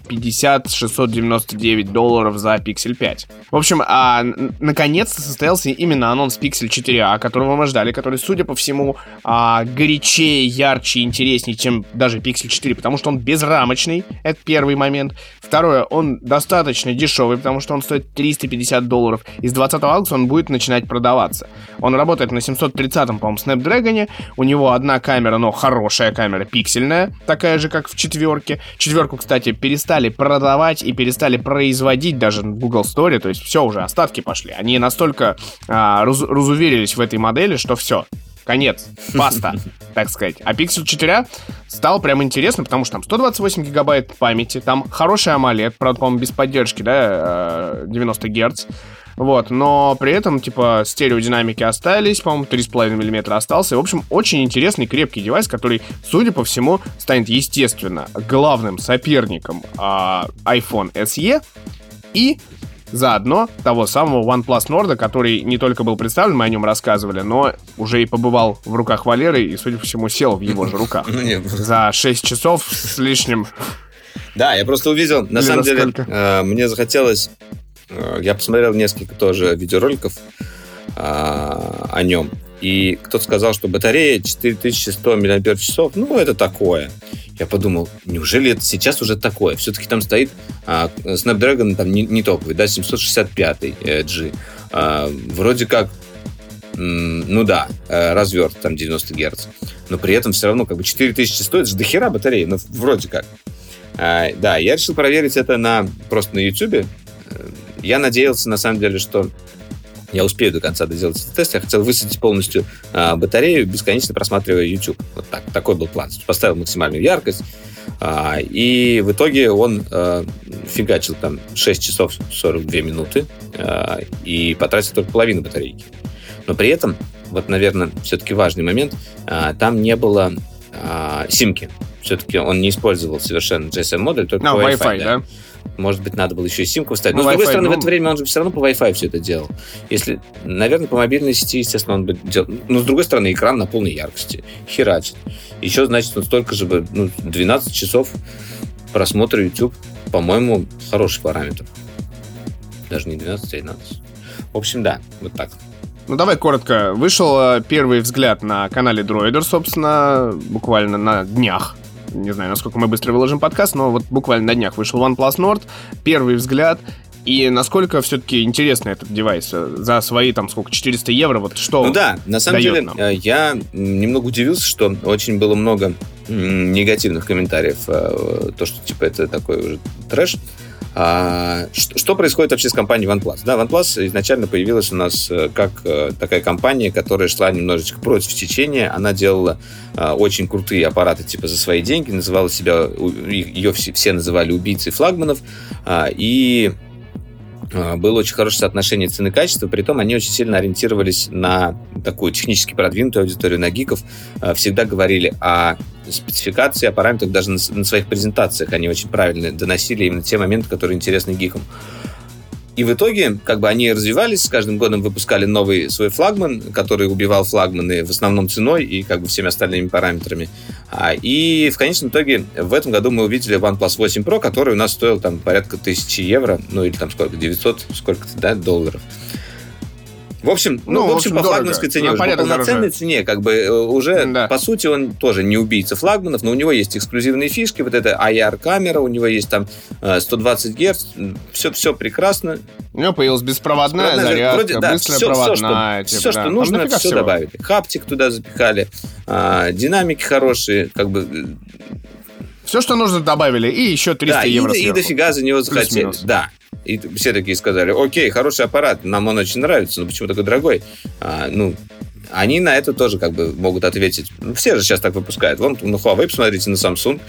Speaker 1: $650-699 за Pixel 5. В общем, наконец-то состоялся именно анонс Pixel 4a, которого мы ждали, который, судя по всему, горячее, ярче, интереснее, чем даже Pixel 4, потому что он безрамочный. Это первый момент. Второе, он достаточно дешевый, потому что он стоит $350. И с 20 августа он будет начинать продаваться. Он работает на 730-м, по-моему, Snapdragon. У него одна камера, но хорошая камера, пиксельная, такая же, как в четверке. Четверку, кстати, перестали продавать и перестали производить даже в Google Store, то есть все, уже остатки пошли. Они настолько разуверились в этой модели, что все, конец, баста, так сказать. А Pixel 4 стал прям интересно, потому что там 128 гигабайт памяти, там хороший AMOLED, правда, по-моему, без поддержки, да, 90 Гц. Вот, но при этом, типа, стереодинамики остались, по-моему, 3,5 мм остался. В общем, очень интересный, крепкий девайс, который, судя по всему, станет, естественно, главным соперником iPhone SE и заодно того самого OnePlus Nord, который не только был представлен, мы о нем рассказывали, но уже и побывал в руках Валеры и, судя по всему, сел в его же руках за 6 часов с лишним.
Speaker 2: Да, я просто увидел, на самом деле, мне захотелось... Я посмотрел несколько тоже видеороликов о нем. И кто-то сказал, что батарея 4100 мАч, ну, это такое. Я подумал, неужели это сейчас уже такое? Все-таки там стоит Snapdragon, там не топовый, да, 765G. Вроде как, ну да, разверт, там 90 Гц. Но при этом все равно, как бы 4100, это же дохера батареи, ну, вроде как. Да, я решил проверить это просто на YouTube. Я надеялся, на самом деле, что я успею до конца доделать этот тест. Я хотел высадить полностью батарею, бесконечно просматривая YouTube. Вот так. Такой был план. Поставил максимальную яркость. И в итоге он фигачил там 6 часов 42 минуты и потратил только половину батарейки. Но при этом, вот, наверное, все-таки важный момент, там не было симки. Все-таки он не использовал совершенно GSM-модуль, только по Wi-Fi, да? Может быть, надо было еще и симку вставить. Но, с другой стороны, в это время он же все равно по Wi-Fi все это делал. Если, наверное, по мобильной сети, естественно, он бы делал. Но, с другой стороны, экран на полной яркости. Херачит. Еще, значит, он столько же, 12 часов просмотра YouTube, по-моему, хороший параметр. Даже не 12, а 12. В общем, да, вот так.
Speaker 1: Ну, давай коротко. Вышел первый взгляд на канале Droider, собственно, буквально на днях. Не знаю, насколько мы быстро выложим подкаст, но вот буквально на днях вышел OnePlus Nord. Первый взгляд. И насколько все-таки интересный этот девайс? За свои, там, сколько, 400 евро, вот что
Speaker 2: Ну да, на самом деле,
Speaker 1: нам?
Speaker 2: Я немного удивился, что очень было много негативных комментариев, то, что, типа, это такой уже трэш. Что происходит вообще с компанией OnePlus? Да, OnePlus изначально появилась у нас как такая компания, которая шла немножечко против течения. Она делала очень крутые аппараты типа за свои деньги, называла себя, ее все называли убийцей флагманов, и было очень хорошее соотношение цены-качества, притом они очень сильно ориентировались на такую технически продвинутую аудиторию, на гиков, всегда говорили о спецификации, о параметрах, даже на своих презентациях они очень правильно доносили именно те моменты, которые интересны гикам. И в итоге, как бы они развивались, с каждым годом выпускали новый свой флагман, который убивал флагманы в основном ценой и как бы всеми остальными параметрами. И в конечном итоге в этом году мы увидели OnePlus 8 Pro, который у нас стоил там порядка 1000 евро, ну или там сколько, 900, сколько-то, да, долларов. В общем, по флагманской цене, уже по полноценной цене, как бы уже, по сути, он тоже не убийца флагманов, но у него есть эксклюзивные фишки, вот эта IR-камера, у него есть там 120 Гц, все прекрасно.
Speaker 1: У него появилась беспроводная зарядка, быстрая проводная.
Speaker 2: Все, что нужно, все добавили. Хаптик туда запихали, динамики хорошие, как бы...
Speaker 1: Все, что нужно, добавили, и еще 300 евро сверху.
Speaker 2: И дофига за него захотели. Да. И все такие сказали: окей, хороший аппарат, нам он очень нравится, но почему такой дорогой? Они на это тоже как бы могут ответить. Все же сейчас так выпускают. Вон на Huawei посмотрите, на Samsung,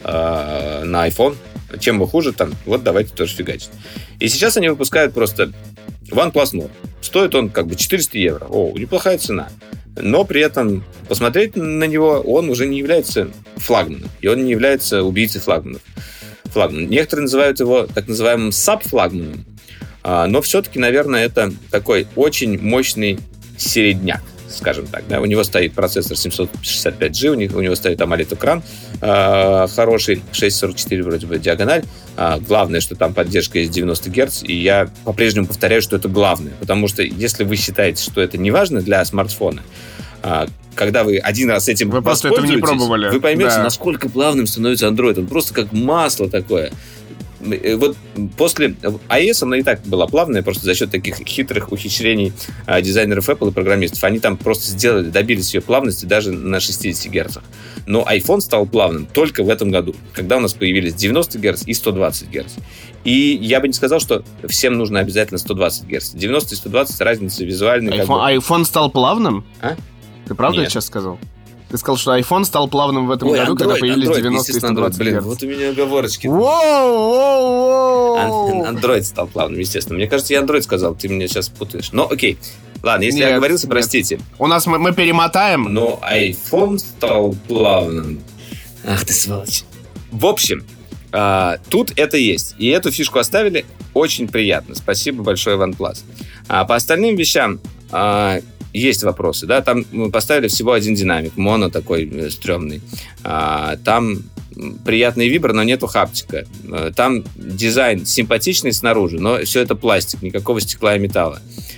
Speaker 2: на iPhone. Чем вы хуже, там, вот давайте тоже фигачить. И сейчас они выпускают просто OnePlus Nord. Стоит он как бы 400 евро. О, неплохая цена. Но при этом посмотреть на него, он уже не является флагманом. И он не является убийцей флагманов. Некоторые называют его так называемым саб-флагманом. Но все-таки, наверное, это такой очень мощный середняк, скажем так. Да? У него стоит процессор 765G, у него стоит AMOLED-экран хороший, 6,44 вроде бы диагональ. Главное, что там поддержка есть 90 Гц, и я по-прежнему повторяю, что это главное. Потому что если вы считаете, что это не важно для смартфона, когда вы один раз этим воспользуетесь, вы поймете, насколько плавным становится Android. Он просто как масло такое. Вот после iOS она и так была плавная, просто за счет таких хитрых ухищрений дизайнеров Apple и программистов. Они там просто добились ее плавности даже на 60 Гц. Но iPhone стал плавным только в этом году, когда у нас появились 90 Гц и 120 Гц. И я бы не сказал, что всем нужно обязательно 120 Гц. 90 и 120 разница визуальная.
Speaker 1: iPhone стал плавным?
Speaker 2: А?
Speaker 1: Ты правда
Speaker 2: Нет.
Speaker 1: сейчас сказал? Ты сказал, что iPhone стал плавным в этом году, когда появились 90 и 120
Speaker 2: Блин,
Speaker 1: Гц.
Speaker 2: вот у меня оговорочки.
Speaker 1: Воу!
Speaker 2: Android стал плавным, естественно. Мне кажется, я Android сказал, ты меня сейчас путаешь. Но окей. Ладно, если я оговорился, простите.
Speaker 1: У нас мы перемотаем.
Speaker 2: Но iPhone стал плавным. Ах ты сволочь. В общем, тут это есть. И эту фишку оставили. Очень приятно. Спасибо большое, OnePlus. По остальным вещам есть вопросы, да, там мы поставили всего один динамик, моно такой стрёмный. Там приятный вибр, но нету хаптика. Там дизайн симпатичный снаружи, но все это пластик, никакого стекла и металла.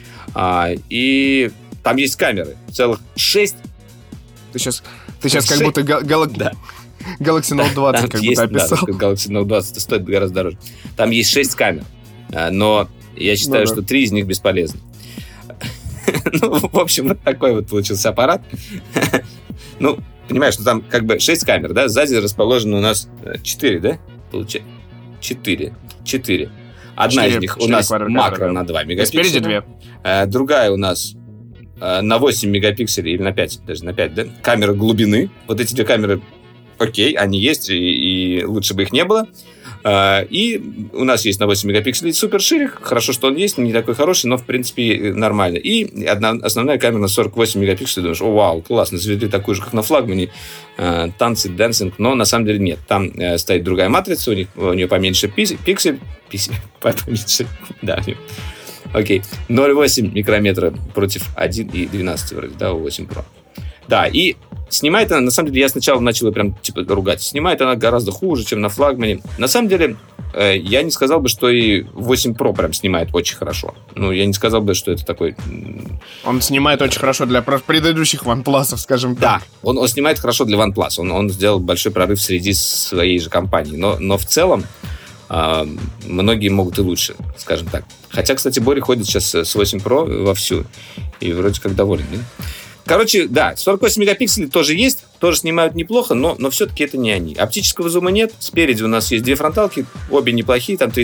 Speaker 2: И там есть камеры, целых 6.
Speaker 1: Ты сейчас как будто Galaxy Note 20 как будто описал.
Speaker 2: Да, Galaxy Note 20 стоит гораздо дороже. Там есть 6 камер, но я считаю, что 3 из них бесполезны. Ну, в общем, вот такой вот получился аппарат. Ну, понимаешь, что там как бы 6 камер, да? Сзади расположено у нас 4, да? Получается. 4. Одна из них у нас макро на 2 мегапикселя.
Speaker 1: Спереди
Speaker 2: 2. Другая у нас на 8 мегапикселей или на 5, даже на 5, да? Камера глубины. Вот эти 2 камеры, окей, они есть, и лучше бы их не было. И у нас есть на 8 мегапикселей суперширик. Хорошо, что он есть, не такой хороший, но в принципе нормально. И основная камера на 48 мегапикселей. Думаешь, о, вау, классно, завели такую же, как на флагмане. Танцы, дэнсинг. Но на самом деле нет. Там стоит другая матрица, у нее поменьше пиксель. Поменьше, да, окей. 0,8 микрометра против 1,12 вроде, да, у 8 Pro. Да, и снимает она, на самом деле, я сначала начал прям типа ругать. Снимает она гораздо хуже, чем на флагмане. На самом деле, я не сказал бы, что и 8 Pro прям снимает очень хорошо. Ну, я не сказал бы, что это такой...
Speaker 1: Он снимает очень хорошо для предыдущих OnePlus, скажем так.
Speaker 2: Да, он снимает хорошо для OnePlus. Он сделал большой прорыв среди своей же компании. Но в целом, многие могут и лучше, скажем так. Хотя, кстати, Боря ходит сейчас с 8 Pro вовсю, и вроде как доволен, да? Короче, да, 48 мегапикселей тоже есть, тоже снимают неплохо, но все-таки это не они. Оптического зума нет, спереди у нас есть две фронталки, обе неплохие, там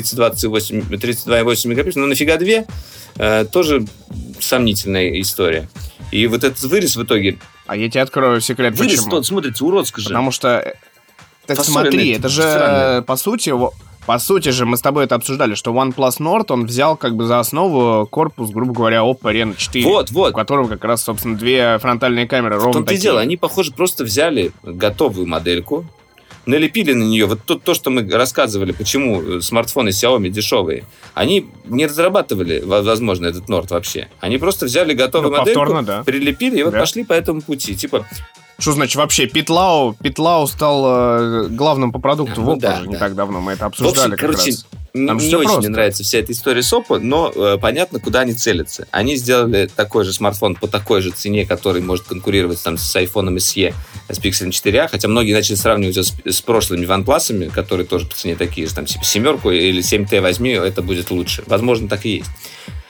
Speaker 2: 32,8 мегапикселей, но нафига две? Тоже сомнительная история. И вот этот вырез в итоге...
Speaker 1: А я тебе открою секрет,
Speaker 2: вырез почему. Вырез тот смотрится уродско же.
Speaker 1: Потому что... Так смотри, это же, по сути же, мы с тобой это обсуждали, что OnePlus Nord, он взял как бы за основу корпус, грубо говоря, Oppo Reno 4. Вот. У которого как раз, собственно, две фронтальные камеры ровно такие. В том-то и
Speaker 2: дело, они, похоже, просто взяли готовую модельку, налепили на нее вот то, что мы рассказывали, почему смартфоны Xiaomi дешевые. Они не разрабатывали, возможно, этот Nord вообще. Они просто взяли готовую модельку, да. Прилепили и вот пошли по этому пути. Типа...
Speaker 1: Что значит вообще? Питлау стал главным по продукту в Oppo не так давно. Мы это обсуждали.
Speaker 2: В общем, не очень мне нравится вся эта история с Oppo, но понятно, куда они целятся. Они сделали такой же смартфон по такой же цене, который может конкурировать там, с iPhone SE, с Pixel 4a, хотя многие начали сравнивать с прошлыми OnePlus'ами, которые тоже по цене такие же, там, типа 7 или 7T возьми, это будет лучше. Возможно, так и есть.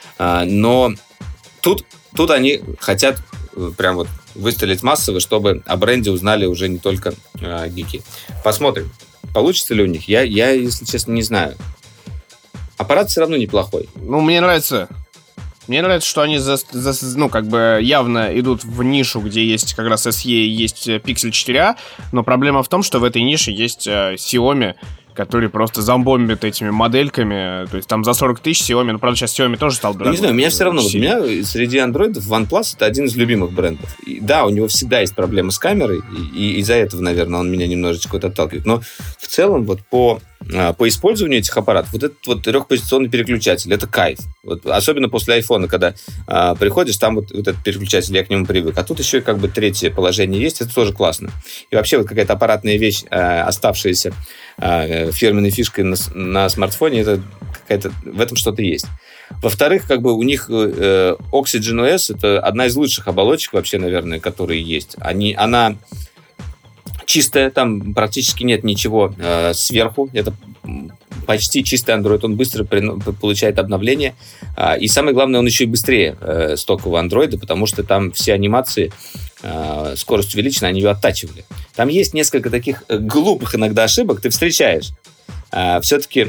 Speaker 2: Но тут они хотят прям вот выстрелить массово, чтобы о бренде узнали уже не только гики. Посмотрим, получится ли у них. Я, если честно, не знаю. Аппарат все равно неплохой.
Speaker 1: Ну, мне нравится, что они как бы явно идут в нишу, где есть как раз SE и есть Pixel 4a, но проблема в том, что в этой нише есть Xiaomi, который просто зомбомбит этими модельками. То есть там за 40 тысяч Xiaomi. Ну, правда, сейчас Xiaomi тоже стал дорогой.
Speaker 2: Не знаю, у меня все равно. Вот у меня среди андроидов OnePlus это один из любимых брендов. И, да, у него всегда есть проблемы с камерой, и из-за этого, наверное, он меня немножечко вот отталкивает. Но в целом вот по использованию этих аппаратов вот этот вот трехпозиционный переключатель, это кайф. Вот, особенно после айфона, когда приходишь, там вот этот переключатель, я к нему привык. А тут еще и как бы третье положение есть, это тоже классно. И вообще вот какая-то аппаратная вещь, оставшаяся фирменной фишкой на смартфоне, это какая-то, в этом что-то есть. Во-вторых, как бы у них Oxygen OS это одна из лучших оболочек вообще, наверное, которые есть. Она чистая, там практически нет ничего сверху. Это почти чистый Android, он быстро получает обновления. И самое главное, он еще и быстрее стокового Android, потому что там все анимации, скорость увеличена, они ее оттачивали. Там есть несколько таких глупых иногда ошибок, ты встречаешь. Все-таки,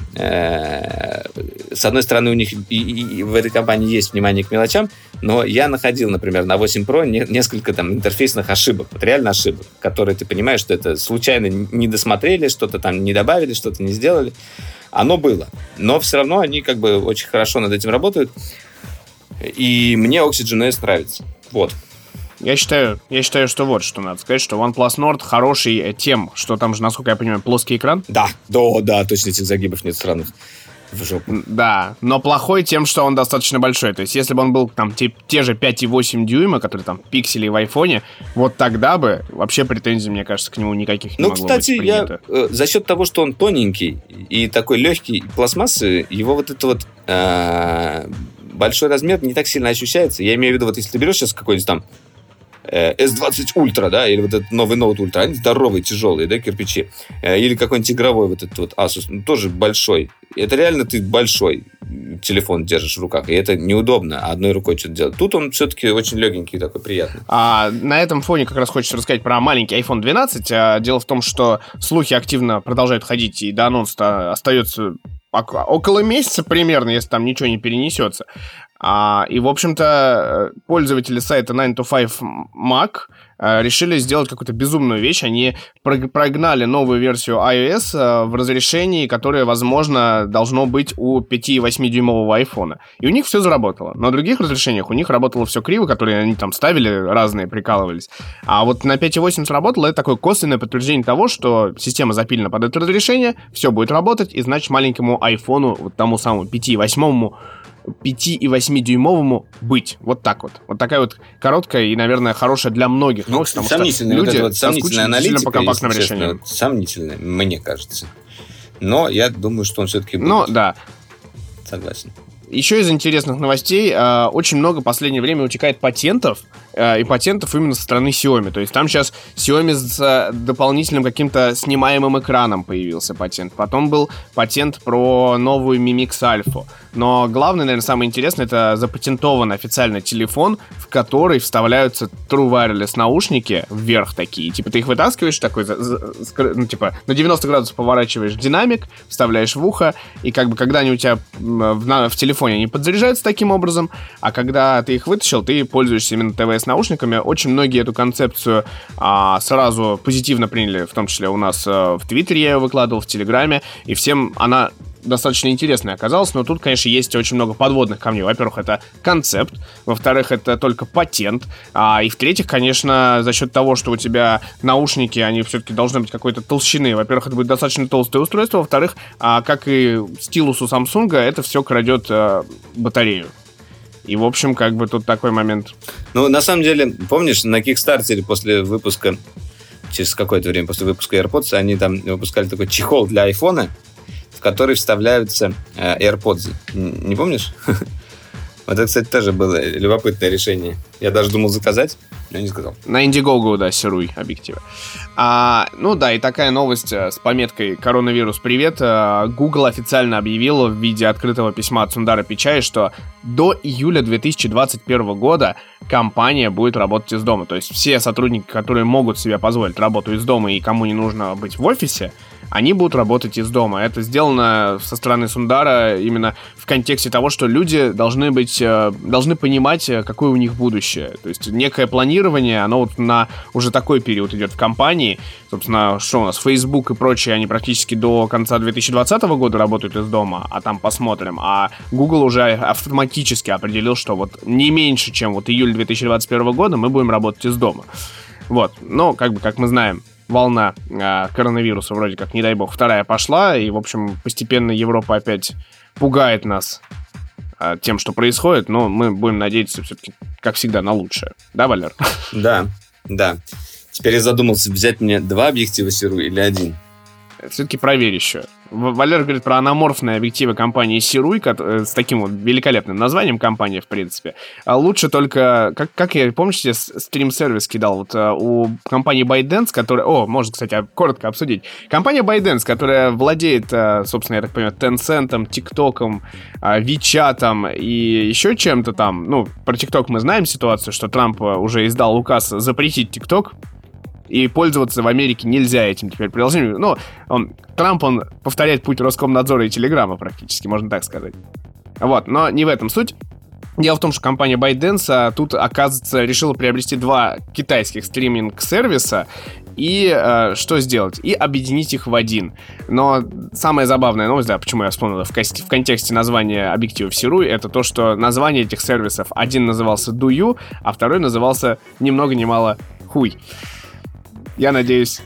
Speaker 2: с одной стороны, у них и в этой компании есть внимание к мелочам, но я находил, например, на 8 Pro несколько там интерфейсных ошибок, вот реально ошибок, которые ты понимаешь, что это случайно не досмотрели, что-то там не добавили, что-то не сделали. Оно было. Но все равно они как бы очень хорошо над этим работают. И мне Oxygen OS нравится. Вот.
Speaker 1: Я считаю, что вот что надо сказать, что OnePlus Nord хороший тем, что там же, насколько я понимаю, плоский экран.
Speaker 2: Да, точно этих загибов нет странных. В жопу.
Speaker 1: Да, но плохой тем, что он достаточно большой. То есть, если бы он был там те же 5,8 дюйма, которые там пиксели в айфоне, вот тогда бы вообще претензий, мне кажется, к нему никаких не могло быть принято.
Speaker 2: За счет того, что он тоненький и такой легкий пластмассы, его вот это вот большой размер не так сильно ощущается. Я имею в виду, вот если ты берешь сейчас какой-нибудь там S20 Ultra, да, или вот этот новый Note Ultra, они здоровые, тяжелые, да, кирпичи. Или какой-нибудь игровой вот этот вот Asus, тоже большой. Это реально ты большой телефон держишь в руках, и это неудобно одной рукой что-то делать. Тут он все-таки очень легенький, такой приятный.
Speaker 1: На этом фоне как раз хочется рассказать про маленький iPhone 12. Дело в том, что слухи активно продолжают ходить, и до анонса остается около месяца примерно, если там ничего не перенесется. И, в общем-то, пользователи сайта 9to5Mac решили сделать какую-то безумную вещь. Они прогнали новую версию iOS в разрешении, которое, возможно, должно быть у 5,8-дюймового айфона. И у них все заработало. На других разрешениях у них работало все криво, которые они там ставили, разные, прикалывались. А вот на 5,8 сработало. Это такое косвенное подтверждение того, что система запилена под это разрешение, все будет работать, и, значит, маленькому айфону, вот тому самому 5,8-дюймовому быть. Вот так вот. Вот такая вот короткая и, наверное, хорошая для многих новость, потому что люди
Speaker 2: вот сомнительная аналитика,
Speaker 1: по компактным решениям.
Speaker 2: Сомнительная, мне кажется. Но я думаю, что он все-таки будет.
Speaker 1: Ну, да.
Speaker 2: Согласен.
Speaker 1: Еще из интересных новостей, очень много в последнее время утекает патентов и патентов именно со стороны Xiaomi. То есть там сейчас Xiaomi с дополнительным каким-то снимаемым экраном появился патент. Потом был патент про новую Mi Mix Alpha. Но главное, наверное, самое интересное, это запатентованный официально телефон, в который вставляются True Wireless наушники вверх такие. Типа ты их вытаскиваешь такой, ну типа на 90 градусов поворачиваешь динамик, вставляешь в ухо, и как бы когда они у тебя в телефоне, они подзаряжаются таким образом, а когда ты их вытащил, ты пользуешься именно ТВС-наушниками. Очень многие эту концепцию сразу позитивно приняли, в том числе у нас в Твиттере я ее выкладывал, в Телеграме, и всем она достаточно интересной оказалась, но тут, конечно, есть очень много подводных камней. Во-первых, это концепт, во-вторых, это только патент, и в-третьих, конечно, за счет того, что у тебя наушники, они все-таки должны быть какой-то толщины. Во-первых, это будет достаточно толстое устройство, во-вторых, как и стилус у Samsung, это все крадет батарею. И, в общем, как бы тут такой момент.
Speaker 2: Ну, на самом деле, помнишь, на Kickstarter после выпуска, через какое-то время после выпуска AirPods, они там выпускали такой чехол для айфона, в который вставляются AirPods. Не помнишь? Вот это, кстати, тоже было любопытное решение. Я даже думал заказать, но не сказал.
Speaker 1: На Indiegogo, да, Сируй объективы. Ну да, и такая новость с пометкой «Коронавирус, привет». Google официально объявил в виде открытого письма от Сундар Пичай, что до июля 2021 года компания будет работать из дома. То есть все сотрудники, которые могут себе позволить работу из дома и кому не нужно быть в офисе, они будут работать из дома. Это сделано со стороны Сундара именно в контексте того, что люди должны понимать, какое у них будущее. То есть некое планирование, оно вот на уже такой период идет в компании. Собственно, что у нас, Facebook и прочие, они практически до конца 2020 года работают из дома, а там посмотрим. А Google уже автоматически определил, что вот не меньше, чем вот июль 2021 года мы будем работать из дома. Вот, но как мы знаем, волна коронавируса вроде как, не дай бог, вторая пошла, и, в общем, постепенно Европа опять пугает нас тем, что происходит, но мы будем надеяться все-таки, как всегда, на лучшее. Да, Валер?
Speaker 2: Да. Теперь я задумался, взять мне 2 объектива Сируй или 1?
Speaker 1: Все-таки проверь еще. Валер говорит про анаморфные объективы компании Сируй, с таким вот великолепным названием компании, в принципе. А лучше только, как я, помните, стрим-сервис кидал, вот у компании ByteDance, которая... можно, кстати, коротко обсудить. Компания ByteDance, которая владеет, собственно, я так понимаю, Tencent, ТикТоком, WeChat и еще чем-то там. Ну, про ТикТок мы знаем ситуацию, что Трамп уже издал указ запретить ТикТок, и пользоваться в Америке нельзя этим теперь приложением. Ну, Трамп повторяет путь Роскомнадзора и Телеграма практически, можно так сказать. Вот, но не в этом суть. Дело в том, что компания ByteDance тут, оказывается, решила приобрести 2 китайских стриминг-сервиса и что сделать? И объединить их в один. Но самая забавная новость, да, почему я вспомнил в контексте названия объективов Сируй, это то, что название этих сервисов, один назывался Дую, а второй назывался ни много ни мало Хуй. Я надеюсь,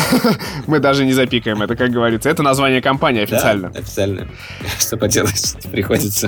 Speaker 1: мы даже не запикаем это, как говорится. Это название компании официально.
Speaker 2: Да, официально. Что поделать, приходится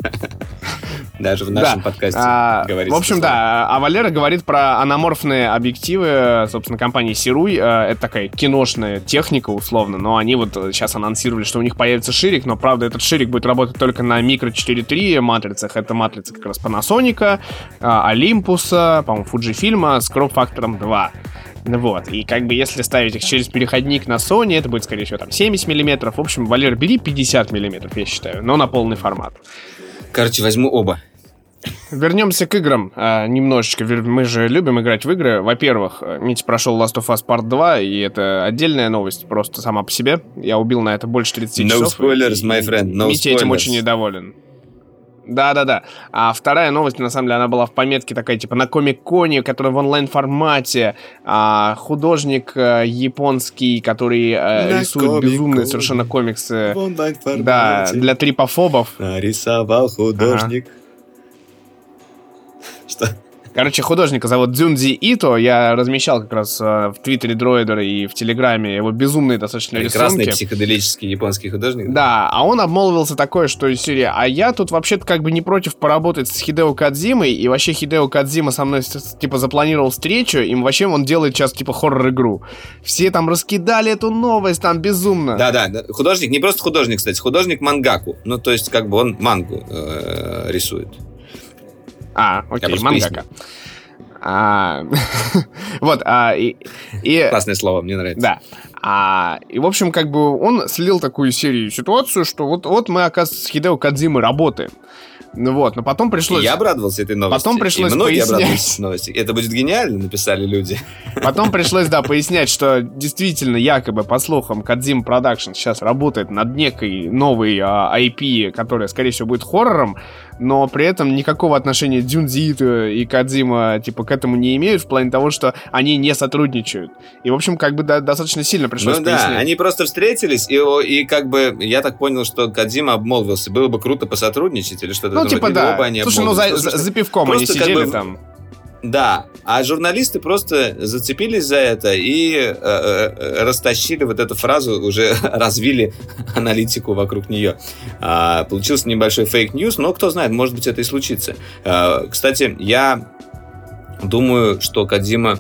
Speaker 2: даже в нашем подкасте говорить.
Speaker 1: В общем, да. А Валера говорит про анаморфные объективы, собственно, компании Сируй. Это такая киношная техника, условно, но они вот сейчас анонсировали, что у них появится ширик, но, правда, этот ширик будет работать только на микро 4.3 матрицах. Это матрица как раз Panasonic, Olympus, по-моему, Fujifilm с кроп-фактором 2. Вот, и как бы если ставить их через переходник на Sony, это будет, скорее всего, там 70 мм. В общем, Валер, бери 50 мм, я считаю, но на полный формат.
Speaker 2: Короче, возьму оба.
Speaker 1: Вернемся к играм немножечко. Мы же любим играть в игры. Во-первых, Митя прошел Last of Us Part 2, и это отдельная новость, просто сама по себе. Я убил на это больше 30 часов.
Speaker 2: No spoilers, my friend, no
Speaker 1: Митя
Speaker 2: spoilers.
Speaker 1: этим очень недоволен. Да. А вторая новость, на самом деле, она была в пометке такая, типа, на Комик-Коне, который в онлайн-формате. Художник японский, который рисует безумные совершенно комиксы.
Speaker 2: В онлайн-формате.
Speaker 1: Да, для трипофобов.
Speaker 2: Нарисовал художник. Что?
Speaker 1: Короче, художника зовут Дзюнзи Ито. Я размещал как раз в Твиттере Дроидера и в Телеграме его безумные достаточно
Speaker 2: прекрасный
Speaker 1: рисунки.
Speaker 2: Психоделический японский художник.
Speaker 1: Да, а он обмолвился такое, что из серии: а я тут вообще-то как бы не против поработать с Хидео Кодзимой, и вообще Хидео Кодзима со мной типа запланировал встречу, и вообще он делает сейчас типа хоррор-игру. Все там раскидали эту новость, там безумно.
Speaker 2: Да. Художник, не просто художник, кстати, художник мангаку. Ну, то есть, как бы он мангу рисует.
Speaker 1: Окей, мангака. Вот.
Speaker 2: Классное слово, мне нравится.
Speaker 1: Да. И, в общем, как бы он слил такую ситуацию, что вот мы, оказывается, с Хидео Кодзимой работаем. Вот, но потом пришлось...
Speaker 2: Я обрадовался этой новости.
Speaker 1: Потом пришлось
Speaker 2: пояснять. Новости. Это будет гениально, написали люди.
Speaker 1: Потом пришлось, пояснять, что действительно, якобы, по слухам, Kojima Production сейчас работает над некой новой IP, которая, скорее всего, будет хоррором, но при этом никакого отношения Дзюнзи Ито и Кодзима, к этому не имеют, в плане того, что они не сотрудничают. И, в общем, как бы достаточно сильно пришлось пояснять.
Speaker 2: Да, они просто встретились, и как бы, я так понял, что Кодзима обмолвился. Было бы круто посотрудничать или что-то.
Speaker 1: Да. Слушай, за пивком они сидели там.
Speaker 2: Да, а журналисты просто зацепились за это и растащили вот эту фразу, уже развили аналитику вокруг нее. Получился небольшой фейк-ньюс, но кто знает, может быть, это и случится. Кстати, я думаю, что Кодзима...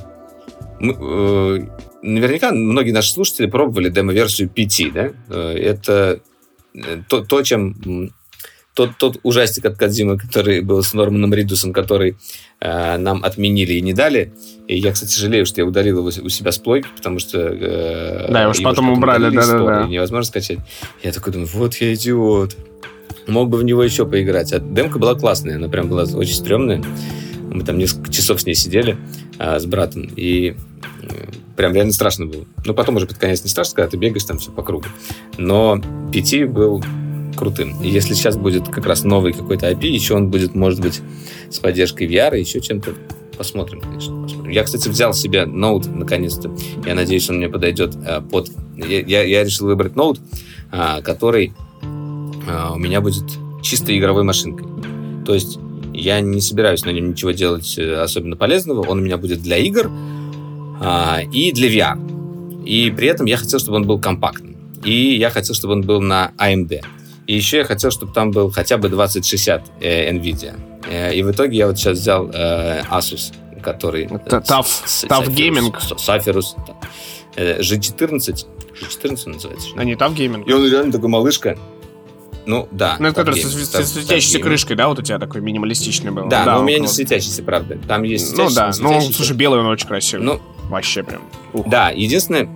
Speaker 2: Наверняка многие наши слушатели пробовали демо-версию PT, да? Это то, чем... Тот ужастик от Кодзимы, который был с Норманом Ридусом, который нам отменили и не дали. И я, кстати, жалею, что я удалил его у себя с плойки, потому что...
Speaker 1: его же потом убрали, да.
Speaker 2: Невозможно скачать. Я такой думаю, вот я идиот. Мог бы в него еще поиграть. А демка была классная, она прям была очень стрёмная. Мы там несколько часов с ней сидели с братом, и прям реально страшно было. Ну, потом уже под конец не страшно, когда ты бегаешь там все по кругу. Но PT был... крутым. И если сейчас будет как раз новый какой-то IP, еще он будет, может быть, с поддержкой VR, еще чем-то. Посмотрим, конечно. Посмотрим. Я, кстати, взял себе ноут, наконец-то. Я надеюсь, он мне подойдет под... Я решил выбрать ноут, который у меня будет чисто игровой машинкой. То есть я не собираюсь на нем ничего делать особенно полезного. Он у меня будет для игр и для VR. И при этом я хотел, чтобы он был компактным. И я хотел, чтобы он был на AMD. И еще я хотел, чтобы там был хотя бы 2060 NVIDIA. И в итоге я вот сейчас взял Asus, который...
Speaker 1: Tough Gaming.
Speaker 2: Zephyrus. G14. G14 называется.
Speaker 1: А не Tough Gaming.
Speaker 2: И он реально такой малышка. Ну, да.
Speaker 1: Ну, это который со светящейся крышкой, да, вот у тебя такой минималистичный был?
Speaker 2: Да, но у меня не светящийся, правда. Там есть светящийся.
Speaker 1: Ну, слушай, белый он очень красивый. Ну, вообще прям.
Speaker 2: Да, единственное,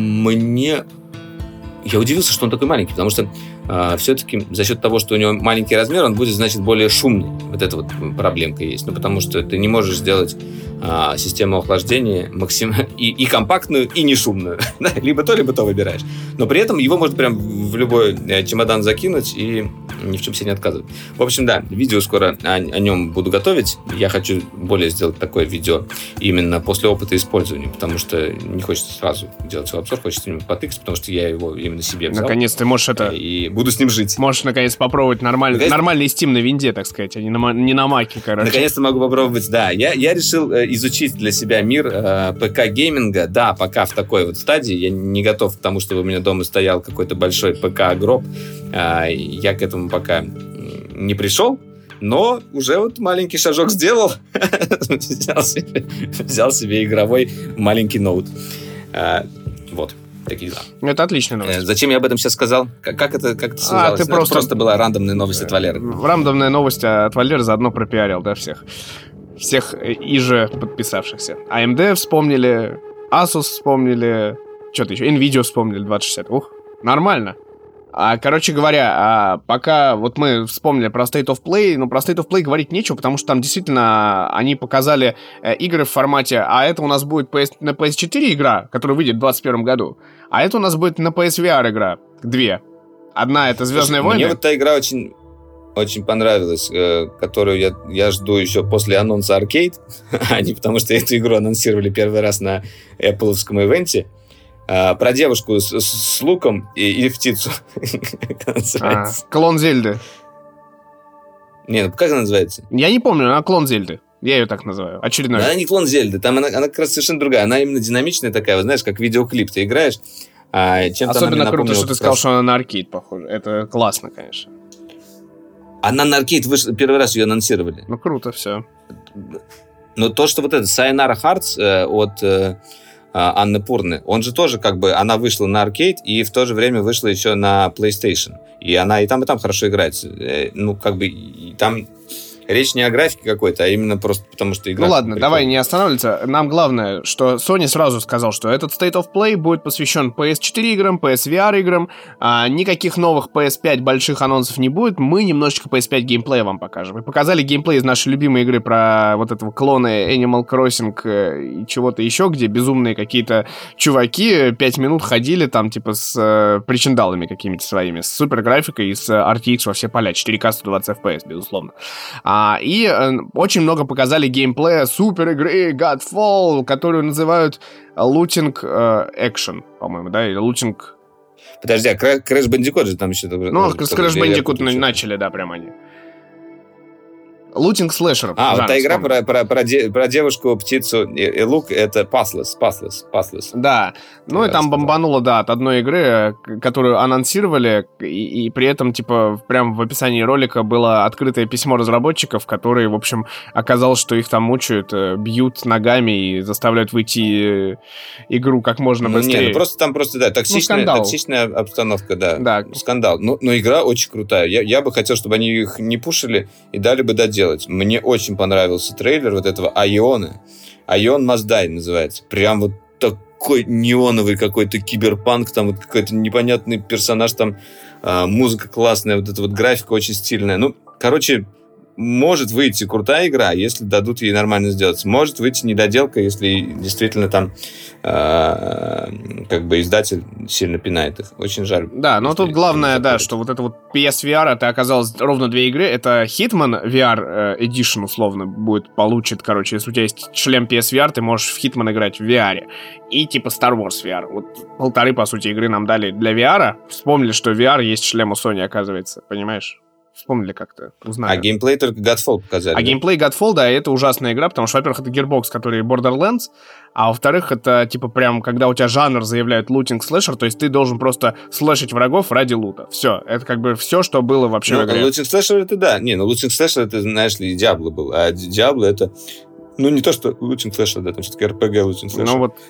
Speaker 2: я удивился, что он такой маленький, потому что все-таки за счет того, что у него маленький размер, он будет, значит, более шумный. Вот эта вот проблемка есть. Ну, потому что ты не можешь сделать систему охлаждения и компактную, и не шумную. Либо то выбираешь. Но при этом его можно прям в любой чемодан закинуть и ни в чем себе не отказывать. В общем, да, видео скоро о нем буду готовить. Я хочу более сделать такое видео именно после опыта использования, потому что не хочется сразу делать свой обзор, хочется именно потыкать, потому что я его именно себе взял.
Speaker 1: Наконец ты можешь
Speaker 2: и буду с ним жить.
Speaker 1: Можешь, наконец, попробовать нормальный Steam на винде, так сказать, а не на маке, короче.
Speaker 2: Наконец-то могу попробовать, да. Я решил изучить для себя мир ПК-гейминга. Да, пока в такой вот стадии. Я не готов к тому, чтобы у меня дома стоял какой-то большой ПК-гроб. Я к этому пока не пришел, но уже вот маленький шажок сделал. Взял себе игровой маленький ноут. Вот. Такие дела.
Speaker 1: Это отличная новость.
Speaker 2: Зачем я об этом сейчас сказал? Как это связалось?
Speaker 1: Ты
Speaker 2: просто была рандомная новость от Валеры.
Speaker 1: Рандомная новость от Валеры заодно пропиарил, да, всех иже подписавшихся. AMD вспомнили, Asus вспомнили, что-то еще, Nvidia вспомнили, 2060. Нормально. Короче говоря, пока вот мы вспомнили про State of Play, но про State of Play говорить нечего, потому что там действительно они показали игры в формате, а это у нас будет на PS4 игра, которая выйдет в 2021 году, а это у нас будет на PSVR игра, 2. Одна это «Звездные войны».
Speaker 2: Мне вот та игра очень понравилась, которую я жду еще после анонса Arcade, а не потому что эту игру анонсировали первый раз на Apple-овском ивенте. Про девушку с луком и птицу.
Speaker 1: Клон Зельды.
Speaker 2: Не, ну как она называется?
Speaker 1: Я не помню, она клон Зельды. Я ее так называю. Очередной.
Speaker 2: Она не клон Зельды, там она как раз совершенно другая. Она именно динамичная такая, вот знаешь, как видеоклип ты играешь.
Speaker 1: Особенно круто, что ты сказал, что она на аркейд похожа. Это классно, конечно.
Speaker 2: Она на аркейд вышла, первый раз ее анонсировали.
Speaker 1: Ну круто, все.
Speaker 2: Но то, что вот это Sayonara Hearts от Анны Пурны, он же тоже как бы, она вышла на аркейд и в то же время вышла еще на PlayStation. И она и там хорошо играется. Ну, как бы, там речь не о графике какой-то, а именно просто потому, что игра...
Speaker 1: Ну ладно, давай не останавливаться. Нам главное, что Sony сразу сказал, что этот State of Play будет посвящен PS4 играм, PSVR играм, никаких новых PS5 больших анонсов не будет, мы немножечко PS5 геймплея вам покажем. И показали геймплей из нашей любимой игры про вот этого клона Animal Crossing и чего-то еще, где безумные какие-то чуваки 5 минут ходили там типа с причиндалами какими-то своими, с супер графикой и с RTX во все поля, 4К 120 FPS, безусловно. И очень много показали геймплея супер игры Godfall, которую называют Looting Action, по-моему, да, или Looting...
Speaker 2: Подожди, а Crash Bandicoot же там еще...
Speaker 1: Ну, с Crash Bandicoot начали, да, прям они. Лутинг слэшер.
Speaker 2: Вот та игра про девушку-птицу и лук, это Pathless.
Speaker 1: Да, ну и там бомбануло, да, от одной игры, которую анонсировали, и при этом, типа, прям в описании ролика было открытое письмо разработчиков, которые, в общем, оказалось, что их там мучают, бьют ногами и заставляют выйти игру как можно быстрее.
Speaker 2: Не, просто там просто, да, токсичная обстановка, да. Скандал. Но игра очень крутая. Я бы хотел, чтобы они их не пушили и дали бы доделать. Мне очень понравился трейлер вот этого Айона. Айон Must Die называется. Прям вот такой неоновый какой-то киберпанк, там вот какой-то непонятный персонаж, там музыка классная, вот эта вот графика очень стильная. Ну, короче, может выйти крутая игра, если дадут ей нормально сделать. Может выйти недоделка, если действительно там как бы издатель сильно пинает их. Очень жаль.
Speaker 1: Да, но тут главное, да, что вот это вот PSVR, это оказалось ровно 2 игры. Это Hitman VR Edition, условно, получит, короче, если у тебя есть шлем PSVR, ты можешь в Hitman играть в VR. И типа Star Wars VR. Вот 1,5, по сути, игры нам дали для VR. Вспомнили, что VR есть шлем у Sony, оказывается, понимаешь? Вспомнили как-то, узнали.
Speaker 2: А геймплей только Godfall показали.
Speaker 1: А геймплей Godfall, да, это ужасная игра, потому что, во-первых, это Gearbox, который Borderlands, а во-вторых, это, типа, прям, когда у тебя жанр заявляют лутинг-слэшер, то есть ты должен просто слэшить врагов ради лута. Все, это как бы все, что было вообще в игре.
Speaker 2: Лутинг-слэшер это да. Не, ну лутинг-слэшер это, знаешь ли, Diablo был, а Diablo это... Ну, не то, что лутинг-слэшер, да, там все-таки RPG лутинг-слэшер.
Speaker 1: Ну, вот...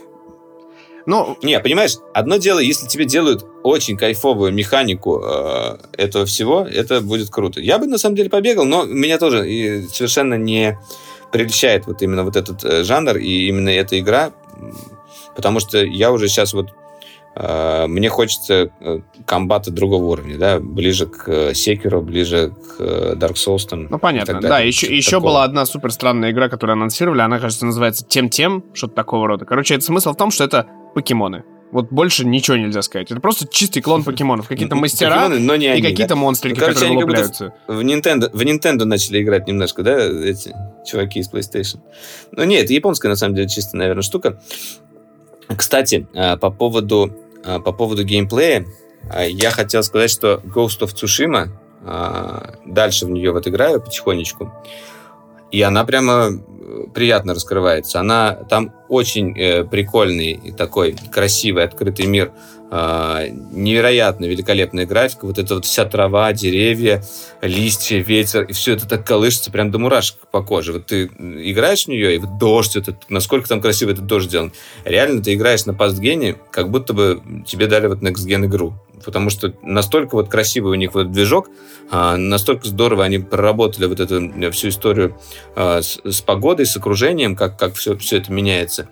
Speaker 2: Не, понимаешь, одно дело, если тебе делают очень кайфовую механику этого всего, это будет круто. Я бы, на самом деле, побегал, но меня тоже совершенно не прельщает вот именно вот этот жанр и именно эта игра, потому что я уже сейчас вот мне хочется комбата другого уровня, да, ближе к Sekiro, ближе к Dark Souls. Там,
Speaker 1: ну, понятно, да, еще была одна супер странная игра, которую анонсировали, она, кажется, называется Тем-Тем, что-то такого рода. Короче, это смысл в том, что это покемоны. Вот больше ничего нельзя сказать. Это просто чистый клон покемонов. Какие-то мастера
Speaker 2: но не
Speaker 1: и
Speaker 2: они,
Speaker 1: какие-то монстрики, которые вылупляются.
Speaker 2: В Nintendo начали играть немножко, да, эти чуваки из PlayStation. Ну, нет, это японская, на самом деле, чисто, наверное, штука. Кстати, по поводу геймплея, я хотел сказать, что Ghost of Tsushima, дальше в нее вот играю потихонечку, и она прямо приятно раскрывается. Она там очень прикольный и такой красивый открытый мир, невероятно великолепная графика, вот эта вот вся трава, деревья, листья, ветер, и все это так колышется прям до мурашек по коже. Вот ты играешь в нее, и вот дождь, насколько там красиво этот дождь сделан. Реально ты играешь на пастгене, как будто бы тебе дали вот Next Gen игру. Потому что настолько вот красивый у них вот движок, настолько здорово они проработали вот эту всю историю с погодой, с окружением, как все это меняется.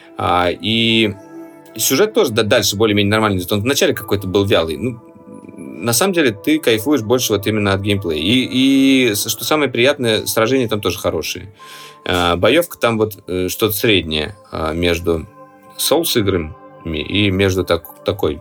Speaker 2: И сюжет тоже дальше более-менее нормальный. Он вначале какой-то был вялый. Ну, на самом деле ты кайфуешь больше вот именно от геймплея. И что самое приятное, сражения там тоже хорошие. Боевка там вот что-то среднее между Souls-играми и между такой...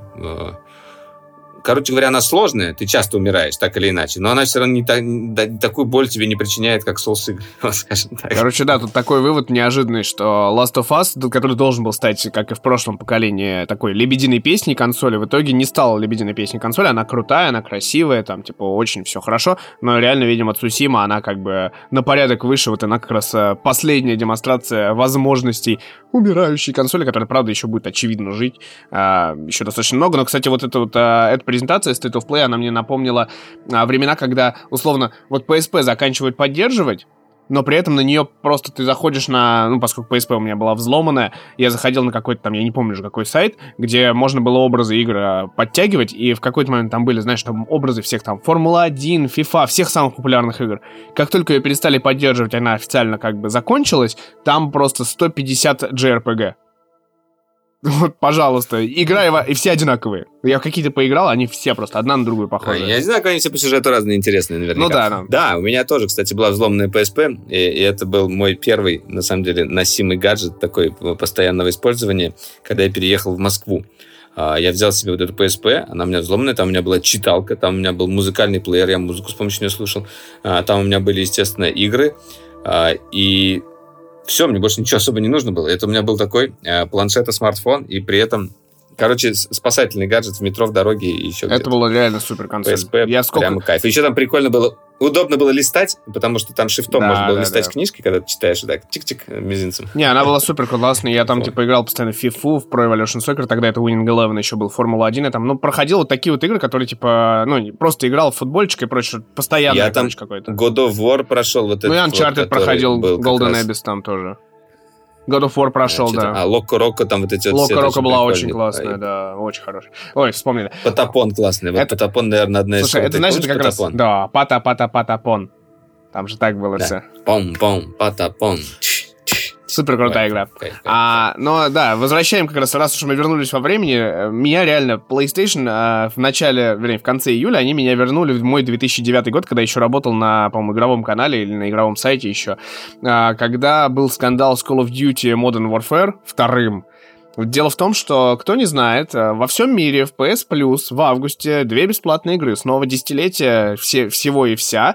Speaker 2: Короче говоря, она сложная, ты часто умираешь, так или иначе, но она все равно такую боль тебе не причиняет, как Souls-игры, скажем так.
Speaker 1: Короче, да, тут такой вывод неожиданный, что Last of Us, который должен был стать, как и в прошлом поколении, такой лебединой песней консоли, в итоге не стала лебединой песней консоли, она крутая, она красивая, там, типа, очень все хорошо, но реально, видимо, Цусима, она как бы на порядок выше, вот она как раз последняя демонстрация возможностей умирающей консоли, которая, правда, еще будет, очевидно, жить еще достаточно много, но, кстати, вот эта презентация State of Play, она мне напомнила времена, когда, условно, вот PSP заканчивают поддерживать, но при этом на нее просто ты заходишь на... Ну, поскольку PSP у меня была взломанная, я заходил на какой-то там, я не помню уже какой сайт, где можно было образы игр подтягивать, и в какой-то момент там были, знаешь, там образы всех там Формула-1, FIFA, всех самых популярных игр. Как только ее перестали поддерживать, она официально как бы закончилась, там просто 150 JRPG. Вот, пожалуйста, играй, и все одинаковые. Я в какие-то поиграл, они все просто одна на другую похожи.
Speaker 2: Они одинаковые, они все по сюжету разные, интересные, наверняка.
Speaker 1: Ну да.
Speaker 2: Да, у меня тоже, кстати, была взломанная PSP, и это был мой первый, на самом деле, носимый гаджет такой постоянного использования, когда я переехал в Москву. Я взял себе вот эту PSP, она у меня взломанная, там у меня была читалка, там у меня был музыкальный плеер, я музыку с помощью нее слушал, там у меня были, естественно, игры, и... Все, мне больше ничего особо не нужно было. Это у меня был такой планшет и смартфон, и при этом, короче, спасательный гаджет в метро, в дороге и еще где-то.
Speaker 1: Это было реально супер консоль.
Speaker 2: PSP, прямо кайф. Еще там прикольно было, удобно было листать, потому что там шрифтом можно было листать книжки, когда ты читаешь, и так, чик-чик, мизинцем.
Speaker 1: Не, она была супер классная. Я там, типа, играл постоянно в FIFA, в Pro Evolution Soccer, тогда это Winning Eleven еще был, Формула-1, я там, проходил вот такие вот игры, которые, типа, просто играл в футбольчик и прочее, постоянно.
Speaker 2: Я там какой-то. God of War прошел, вот этот.
Speaker 1: Ну, и Uncharted проходил, Golden Abyss там тоже. God of War прошел, да.
Speaker 2: Локо Роко там вот эти вот все.
Speaker 1: Локо Роко была очень классная, да, очень хорошая. Ой, вспомнили.
Speaker 2: Потапон классный. Вот Потапон, наверное, одна из...
Speaker 1: Слушай, это значит как раз... Да, Патапон. Там же так было все.
Speaker 2: Пом-пом, Потапон.
Speaker 1: Супер крутая игра. Но да, возвращаем как раз уж мы вернулись во времени. Меня реально PlayStation в конце июля, они меня вернули в мой 2009 год, когда я еще работал на, по-моему, игровом канале или на игровом сайте еще, когда был скандал с Call of Duty Modern Warfare 2. Дело в том, что, кто не знает, во всем мире в PS Plus в августе 2 бесплатные игры. Снова десятилетие всего и вся.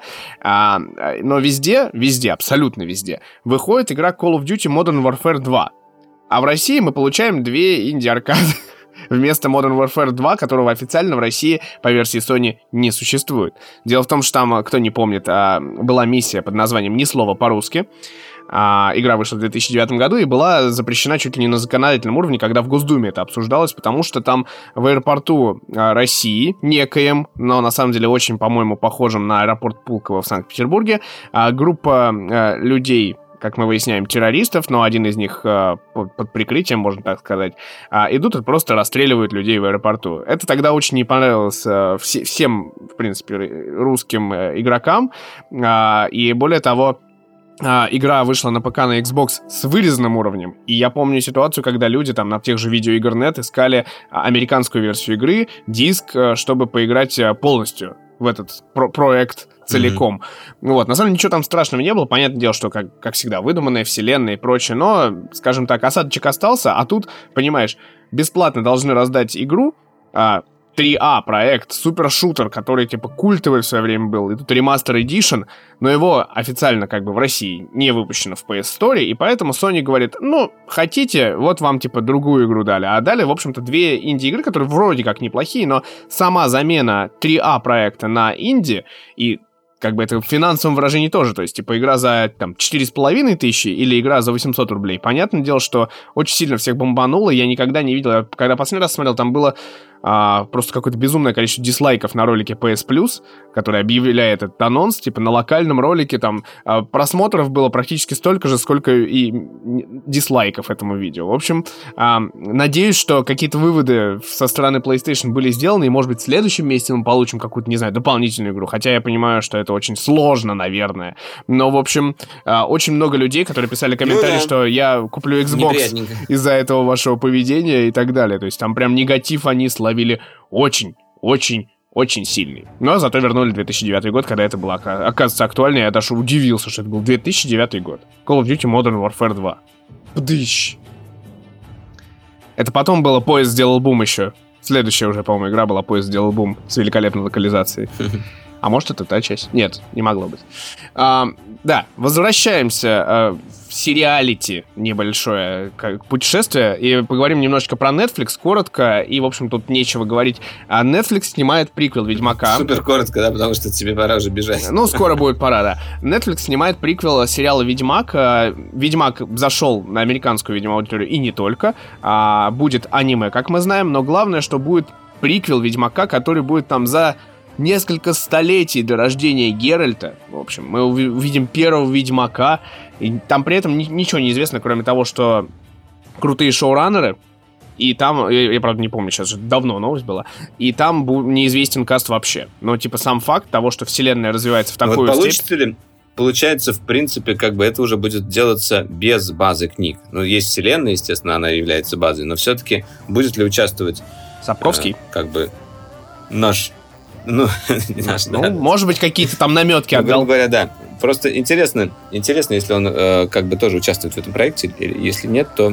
Speaker 1: Но везде, абсолютно везде, выходит игра Call of Duty Modern Warfare 2. А в России мы получаем 2 инди-аркады вместо Modern Warfare 2, которого официально в России по версии Sony не существует. Дело в том, что там, кто не помнит, была миссия под названием «Ни слова по-русски». Игра вышла в 2009 году и была запрещена чуть ли не на законодательном уровне, когда в Госдуме это обсуждалось, потому что там в аэропорту России, некоем, но на самом деле очень, по-моему, похожем на аэропорт Пулково в Санкт-Петербурге, группа людей, как мы выясняем, террористов, но один из них под прикрытием, можно так сказать, идут и просто расстреливают людей в аэропорту. Это тогда очень не понравилось всем, в принципе, русским игрокам, и более того, игра вышла на ПК, на Xbox с вырезанным уровнем. И я помню ситуацию, когда люди там на тех же видеоигр.нет искали американскую версию игры, диск, чтобы поиграть полностью в этот проект целиком. Вот. На самом деле ничего там страшного не было. Понятное дело, что, как всегда, выдуманная вселенная и прочее. Но, скажем так, осадочек остался. А тут, понимаешь, бесплатно должны раздать игру, 3А проект, супер-шутер, который, типа, культовый в свое время был, и тут ремастер Edition, но его официально, как бы, в России не выпущено в PS Store, и поэтому Sony говорит, хотите, вот вам, типа, другую игру дали. А дали, в общем-то, 2 инди-игры, которые вроде как неплохие, но сама замена 3А проекта на инди, и как бы это в финансовом выражении тоже, то есть, типа, игра за, там, 4500 или игра за 800 рублей. Понятное дело, что очень сильно всех бомбануло, я никогда не видел, когда последний раз смотрел, там было просто какое-то безумное количество дизлайков на ролике PS Plus, который объявляет этот анонс, типа, на локальном ролике, там, просмотров было практически столько же, сколько и дизлайков этому видео. В общем, надеюсь, что какие-то выводы со стороны PlayStation были сделаны, и, может быть, в следующем месяце мы получим какую-то, не знаю, дополнительную игру, хотя я понимаю, что это очень сложно, наверное. Но, в общем, очень много людей, которые писали комментарии, что я куплю Xbox из-за этого вашего поведения и так далее. То есть там прям негатив они словили очень сильный. Но зато вернули 2009 год, когда это было, оказывается, актуально. Я даже удивился, что это был 2009 год. Call of Duty Modern Warfare 2. Пдыщ. Это потом было «Поезд сделал бум» еще. Следующая уже, по-моему, игра была «Поезд сделал бум» с великолепной локализацией. А может, это та часть? Нет, не могло быть. Да, возвращаемся в сериалити небольшое путешествие и поговорим немножечко про Netflix, коротко, и, в общем, тут нечего говорить. Netflix снимает приквел «Ведьмака».
Speaker 2: Супер коротко, да, потому что тебе пора уже бежать.
Speaker 1: Скоро будет пора, да. Netflix снимает приквел сериала «Ведьмак». «Ведьмак» зашел на американскую, видимо, аудиторию, и не только. Будет аниме, как мы знаем, но главное, что будет приквел «Ведьмака», который будет там за несколько столетий до рождения Геральта. В общем, мы увидим первого Ведьмака. И там при этом ничего не известно, кроме того, что крутые шоураннеры. И там, я правда не помню, сейчас же давно новость была. И там неизвестен каст вообще. Но типа сам факт того, что вселенная развивается в такую степень...
Speaker 2: Получается, в принципе, как бы это уже будет делаться без базы книг. Ну, есть вселенная, естественно, она является базой, но все-таки будет ли участвовать...
Speaker 1: Сапковский?
Speaker 2: Как бы наш... Ну,
Speaker 1: да. Может быть, какие-то там наметки отдал.
Speaker 2: Говоря, да. Просто интересно, если он как бы тоже участвует в этом проекте. Если нет, то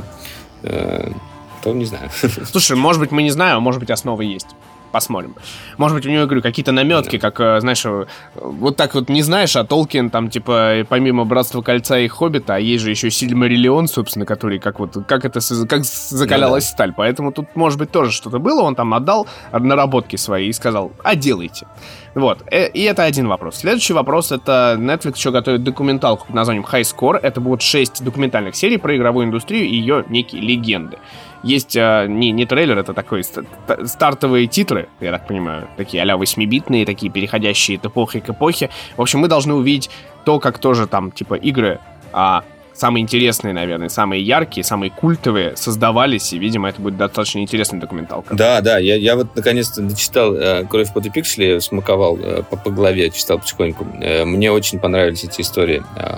Speaker 2: не знаю.
Speaker 1: Слушай, может быть, мы не знаем, а может быть, основа есть. Посмотрим. Может быть, у него, говорю, какие-то наметки, как, знаешь, вот так вот не знаешь, а Толкин там, типа, помимо Братства Кольца и Хоббита, а есть же еще Сильмариллион, собственно, который как закалялась сталь. Поэтому тут, может быть, тоже что-то было, он там отдал наработки свои и сказал, делайте. Вот, и это один вопрос. Следующий вопрос, это Netflix еще готовит документалку под названием High Score. Это будут 6 документальных серий про игровую индустрию и ее некие легенды. Есть не трейлер, это такой стартовые титры, я так понимаю, такие а-ля 8-битные, такие переходящие от эпохи к эпохе. В общем, мы должны увидеть то, как тоже там, типа, игры самые интересные, наверное, самые яркие, самые культовые создавались, и, видимо, это будет достаточно интересная документалка.
Speaker 2: Да, я вот наконец-то дочитал «Кровь, пот и пиксели», смаковал по голове, читал потихоньку. Мне очень понравились эти истории,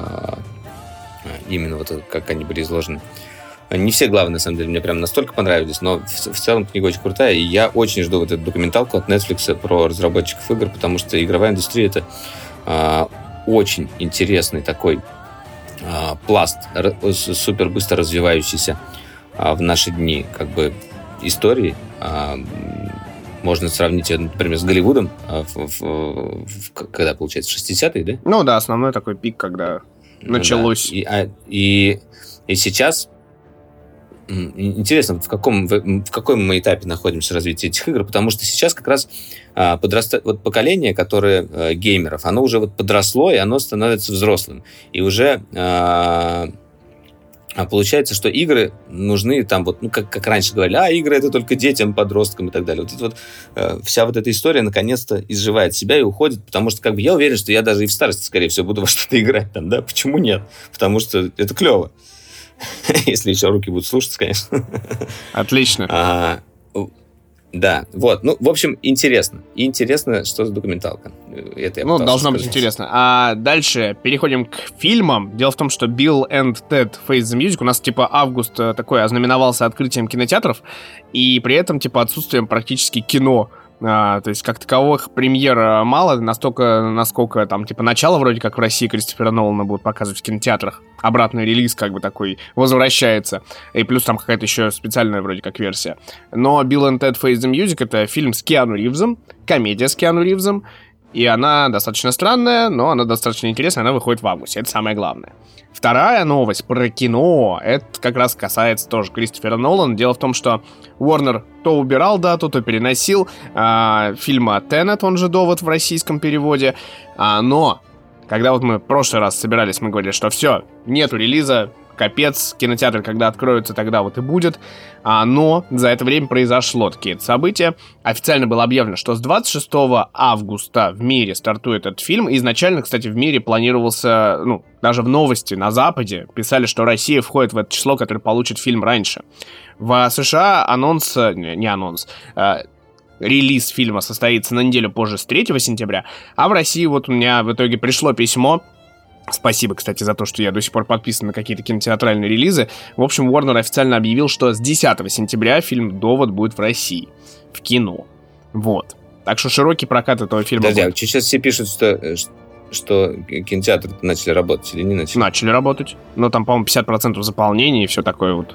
Speaker 2: именно вот как они были изложены. Не все главы, на самом деле, мне прям настолько понравились, но в целом книга очень крутая, и я очень жду вот эту документалку от Netflix про разработчиков игр, потому что игровая индустрия — это очень интересный такой пласт, супер быстро развивающийся в наши дни как бы истории. Можно сравнить ее, например, с Голливудом, когда, получается, в 60-е, да?
Speaker 1: Ну да, основной такой пик, когда началось.
Speaker 2: Да. И сейчас интересно, в каком мы этапе находимся развития этих игр, потому что сейчас как раз вот поколение, которое геймеров, оно уже вот подросло, и оно становится взрослым. И уже получается, что игры нужны там вот, ну, как раньше говорили, игры это только детям, подросткам и так далее. Вот это вот вся вот эта история наконец-то изживает себя и уходит, потому что как бы я уверен, что я даже и в старости, скорее всего, буду во что-то играть там, да? Почему нет? Потому что это клево. Если еще руки будут слушаться, конечно.
Speaker 1: Отлично.
Speaker 2: Да, вот. Ну, в общем, интересно. Интересно, что за документалка. Это я
Speaker 1: должно быть интересно. А дальше переходим к фильмам. Дело в том, что Bill and Ted Face the Music у нас, типа, август такой ознаменовался открытием кинотеатров, и при этом, типа, отсутствием практически кино. То есть, как таковых премьер мало, настолько, насколько там, типа, начало вроде как в России Кристофера Нолана будут показывать в кинотеатрах. Обратный релиз, как бы, такой, возвращается. И плюс там какая-то еще специальная вроде как версия. Но Bill and Ted Face the Music — это фильм с Киану Ривзом, комедия с Киану Ривзом. И она достаточно странная, но она достаточно интересная, она выходит в августе, это самое главное. Вторая новость про кино, это как раз касается тоже Кристофера Нолана. Дело в том, что Warner то убирал дату, то переносил фильма «Тенет», он же «Довод» в российском переводе. Но, когда вот мы в прошлый раз собирались, мы говорили, что все, нету релиза, капец, кинотеатры, когда откроются, тогда вот и будет. Но за это время произошло такие события. Официально было объявлено, что с 26 августа в мире стартует этот фильм. И изначально, кстати, в мире планировался, даже в новости на Западе писали, что Россия входит в это число, которое получит фильм раньше. В США релиз фильма состоится на неделю позже, с 3 сентября. А в России вот у меня в итоге пришло письмо. Спасибо, кстати, за то, что я до сих пор подписан на какие-то кинотеатральные релизы. В общем, Warner официально объявил, что с 10 сентября фильм «Довод» будет в России, в кино. Вот. Так что широкий прокат этого фильма
Speaker 2: будет. Подожди, сейчас все пишут, что кинотеатры начали работать или не начали?
Speaker 1: Начали работать. Но там, по-моему, 50% заполнения и все такое вот.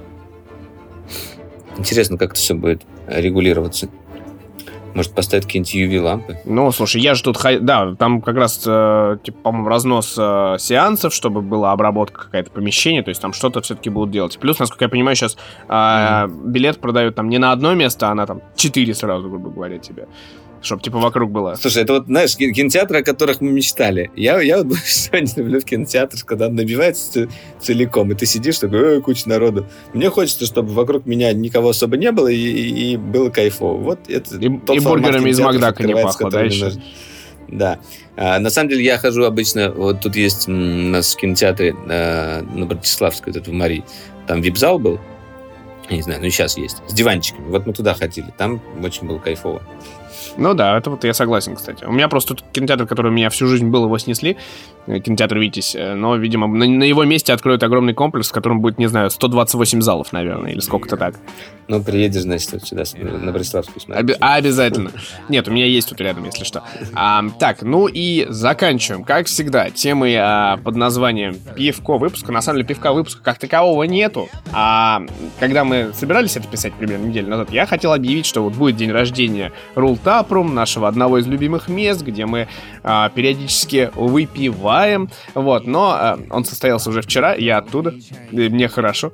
Speaker 2: Интересно, как это все будет регулироваться. Может, поставить какие-нибудь UV-лампы?
Speaker 1: Слушай, я же тут... Да, там как раз, по-моему, разнос сеансов, чтобы была обработка какая-то помещения, то есть там что-то все-таки будут делать. Плюс, насколько я понимаю, сейчас билет продают там не на одно место, а на там 4 сразу, грубо говоря, тебе. Чтоб, типа, вокруг было.
Speaker 2: Слушай, это вот, знаешь, кинотеатры, о которых мы мечтали. Я вот больше всего не люблю в кинотеатр, когда он набивается целиком, и ты сидишь такой, куча народу. Мне хочется, чтобы вокруг меня никого особо не было, и было кайфово. Вот это
Speaker 1: и бургерами из Макдака не пахло, да, еще?
Speaker 2: Да. На самом деле, я хожу обычно, вот тут есть у нас в кинотеатре на Братиславской, вот в Марии, там вип-зал был, я не знаю, ну и сейчас есть, с диванчиками. Вот мы туда ходили, там очень было кайфово.
Speaker 1: Ну да, это вот я согласен, кстати. У меня просто тут кинотеатр, который у меня всю жизнь был, его снесли. Кинотеатр «Витязь». Но, видимо, на его месте откроют огромный комплекс, в котором будет, не знаю, 128 залов, наверное, или сколько-то так.
Speaker 2: Ну, приедешь, значит, вот сюда, на Братиславскую смотреть.
Speaker 1: Обязательно. Нет, у меня есть тут рядом, если что. Так, ну и заканчиваем, как всегда, темой под названием «Пивко выпуска». На самом деле, пивка выпуска как такового нету. А когда мы собирались это писать примерно неделю назад, я хотел объявить, что вот будет день рождения Rule Taproom, нашего одного из любимых мест, где мы периодически выпиваем. Вот, но он состоялся уже вчера, я оттуда, и мне хорошо.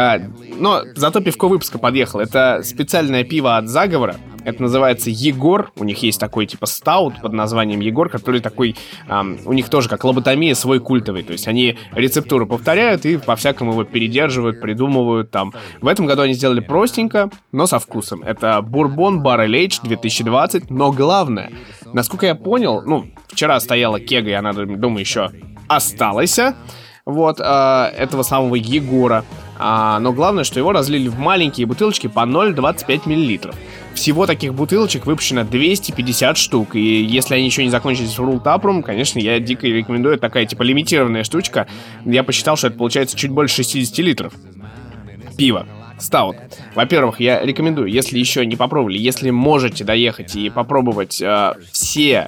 Speaker 1: Но зато пивко выпуска подъехало. Это специальное пиво от Заговора. Это называется Егор. У них есть такой типа стаут под названием Егор, который такой... у них тоже как лоботомия свой культовый. То есть они рецептуру повторяют и по-всякому его передерживают, придумывают там. В этом году они сделали простенько, но со вкусом. Это Bourbon Barrel Aged 2020. Но главное, насколько я понял, ну, вчера стояла кега, и она, думаю, еще осталась. Вот, этого самого Егора. Но главное, что его разлили в маленькие бутылочки по 0,25 мл. Всего таких бутылочек выпущено 250 штук. И если они еще не закончились в Rule Taproom, конечно, я дико рекомендую. Такая, типа, лимитированная штучка. Я посчитал, что это получается чуть больше 60 литров пива. Стаут. Во-первых, я рекомендую, если еще не попробовали, если можете доехать и попробовать все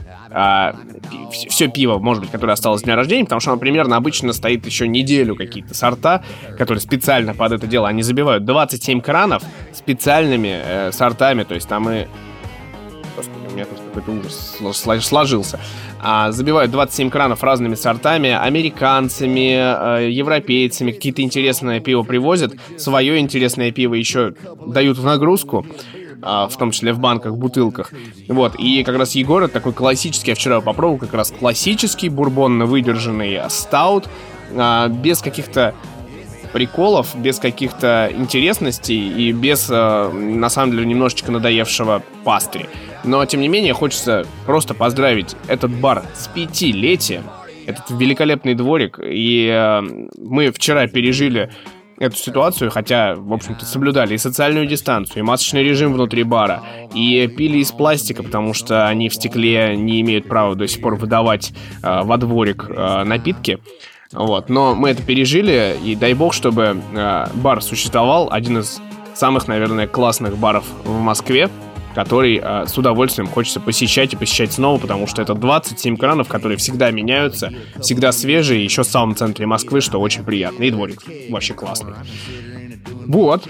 Speaker 1: пиво, может быть, которое осталось с дня рождения, потому что оно примерно обычно стоит еще неделю, какие-то сорта, которые специально под это дело, они забивают 27 кранов специальными сортами, то есть там и... Господи, у меня тут какой-то ужас сложился. Забивают 27 кранов разными сортами, американцами, европейцами, какие-то интересные пиво привозят, свое интересное пиво еще дают в нагрузку, в том числе в банках, бутылках. Вот, и как раз Егор, это такой классический, я вчера попробовал, как раз классический бурбонно выдержанный стаут, без каких-то приколов, без каких-то интересностей и без, на самом деле, немножечко надоевшего пастыря. Но, тем не менее, хочется просто поздравить этот бар с 5-летием, этот великолепный дворик. И мы вчера пережили эту ситуацию, хотя, в общем-то, соблюдали и социальную дистанцию, и масочный режим внутри бара, и пили из пластика, потому что они в стекле не имеют права до сих пор выдавать во дворик напитки. Вот. Но мы это пережили, и дай бог, чтобы бар существовал, один из самых, наверное, классных баров в Москве, который с удовольствием хочется посещать и посещать снова, потому что это 27 кранов, которые всегда меняются, всегда свежие, еще в самом центре Москвы, что очень приятно. И дворик вообще классный. Вот.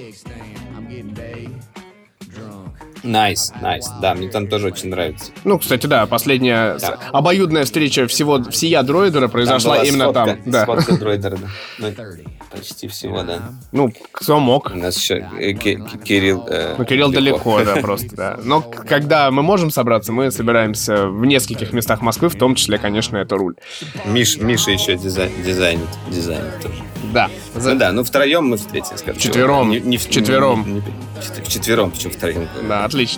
Speaker 2: Найс. Да, мне там тоже очень нравится.
Speaker 1: Ну, кстати, да, последняя обоюдная встреча всея Дроидера произошла именно там. Да.
Speaker 2: Сфотка Дроидера, да. Ну, почти всего, да.
Speaker 1: Ну, кто мог.
Speaker 2: У нас еще Кирилл...
Speaker 1: Кирилл далеко, да, просто, да. Но когда мы можем собраться, мы собираемся в нескольких местах Москвы, в том числе, конечно, это Руль.
Speaker 2: Миша еще дизайнит тоже.
Speaker 1: Да.
Speaker 2: Ну, втроем мы встретились.
Speaker 1: Вчетвером. Вчетвером.
Speaker 2: Вчетвером, почему втроем?
Speaker 1: Да, отлично.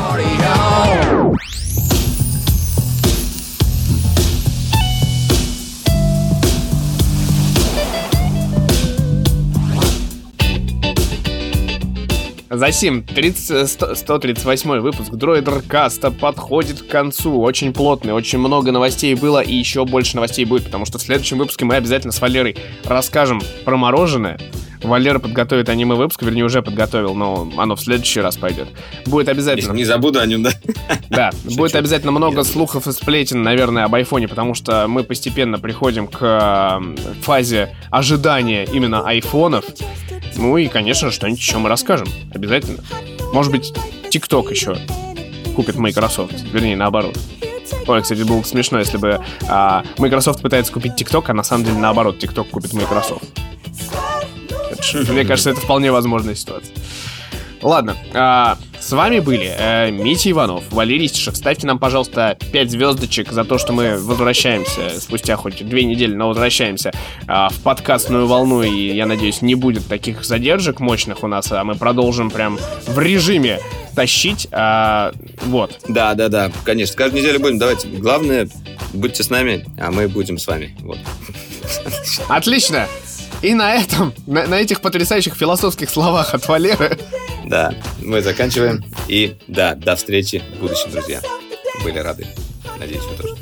Speaker 1: Засим, 138-й выпуск Дроидеркаста подходит к концу. Очень плотный, очень много новостей было, и еще больше новостей будет, потому что в следующем выпуске мы обязательно с Валерой расскажем про мороженое. Валера подготовит аниме-выпуск, вернее, уже подготовил, но оно в следующий раз пойдет. Будет обязательно...
Speaker 2: Не забуду о нем, да?
Speaker 1: Да, будет обязательно много слухов и сплетен, наверное, об айфоне, потому что мы постепенно приходим к фазе ожидания именно айфонов. Ну и, конечно, что-нибудь еще мы расскажем. Обязательно. Может быть, TikTok еще купит Microsoft. Вернее, наоборот. Ой, кстати, было бы смешно, если бы Microsoft пытается купить TikTok, а на самом деле, наоборот, TikTok купит Microsoft. Мне кажется, это вполне возможная ситуация. Ладно, с вами были Митя Иванов, Валерий Стишев. Ставьте нам, пожалуйста, 5 звездочек за то, что мы возвращаемся спустя хоть 2 недели, но возвращаемся в подкастную волну. И, я надеюсь, не будет таких задержек мощных у нас, а мы продолжим прям в режиме тащить. Вот.
Speaker 2: Да, конечно. Каждую неделю будем. Давайте. Главное, будьте с нами, а мы будем с вами. Вот.
Speaker 1: Отлично. И на этом, на этих потрясающих философских словах от Валеры...
Speaker 2: Да, мы заканчиваем. И да, до встречи в будущем, друзья. Были рады. Надеюсь, вы тоже.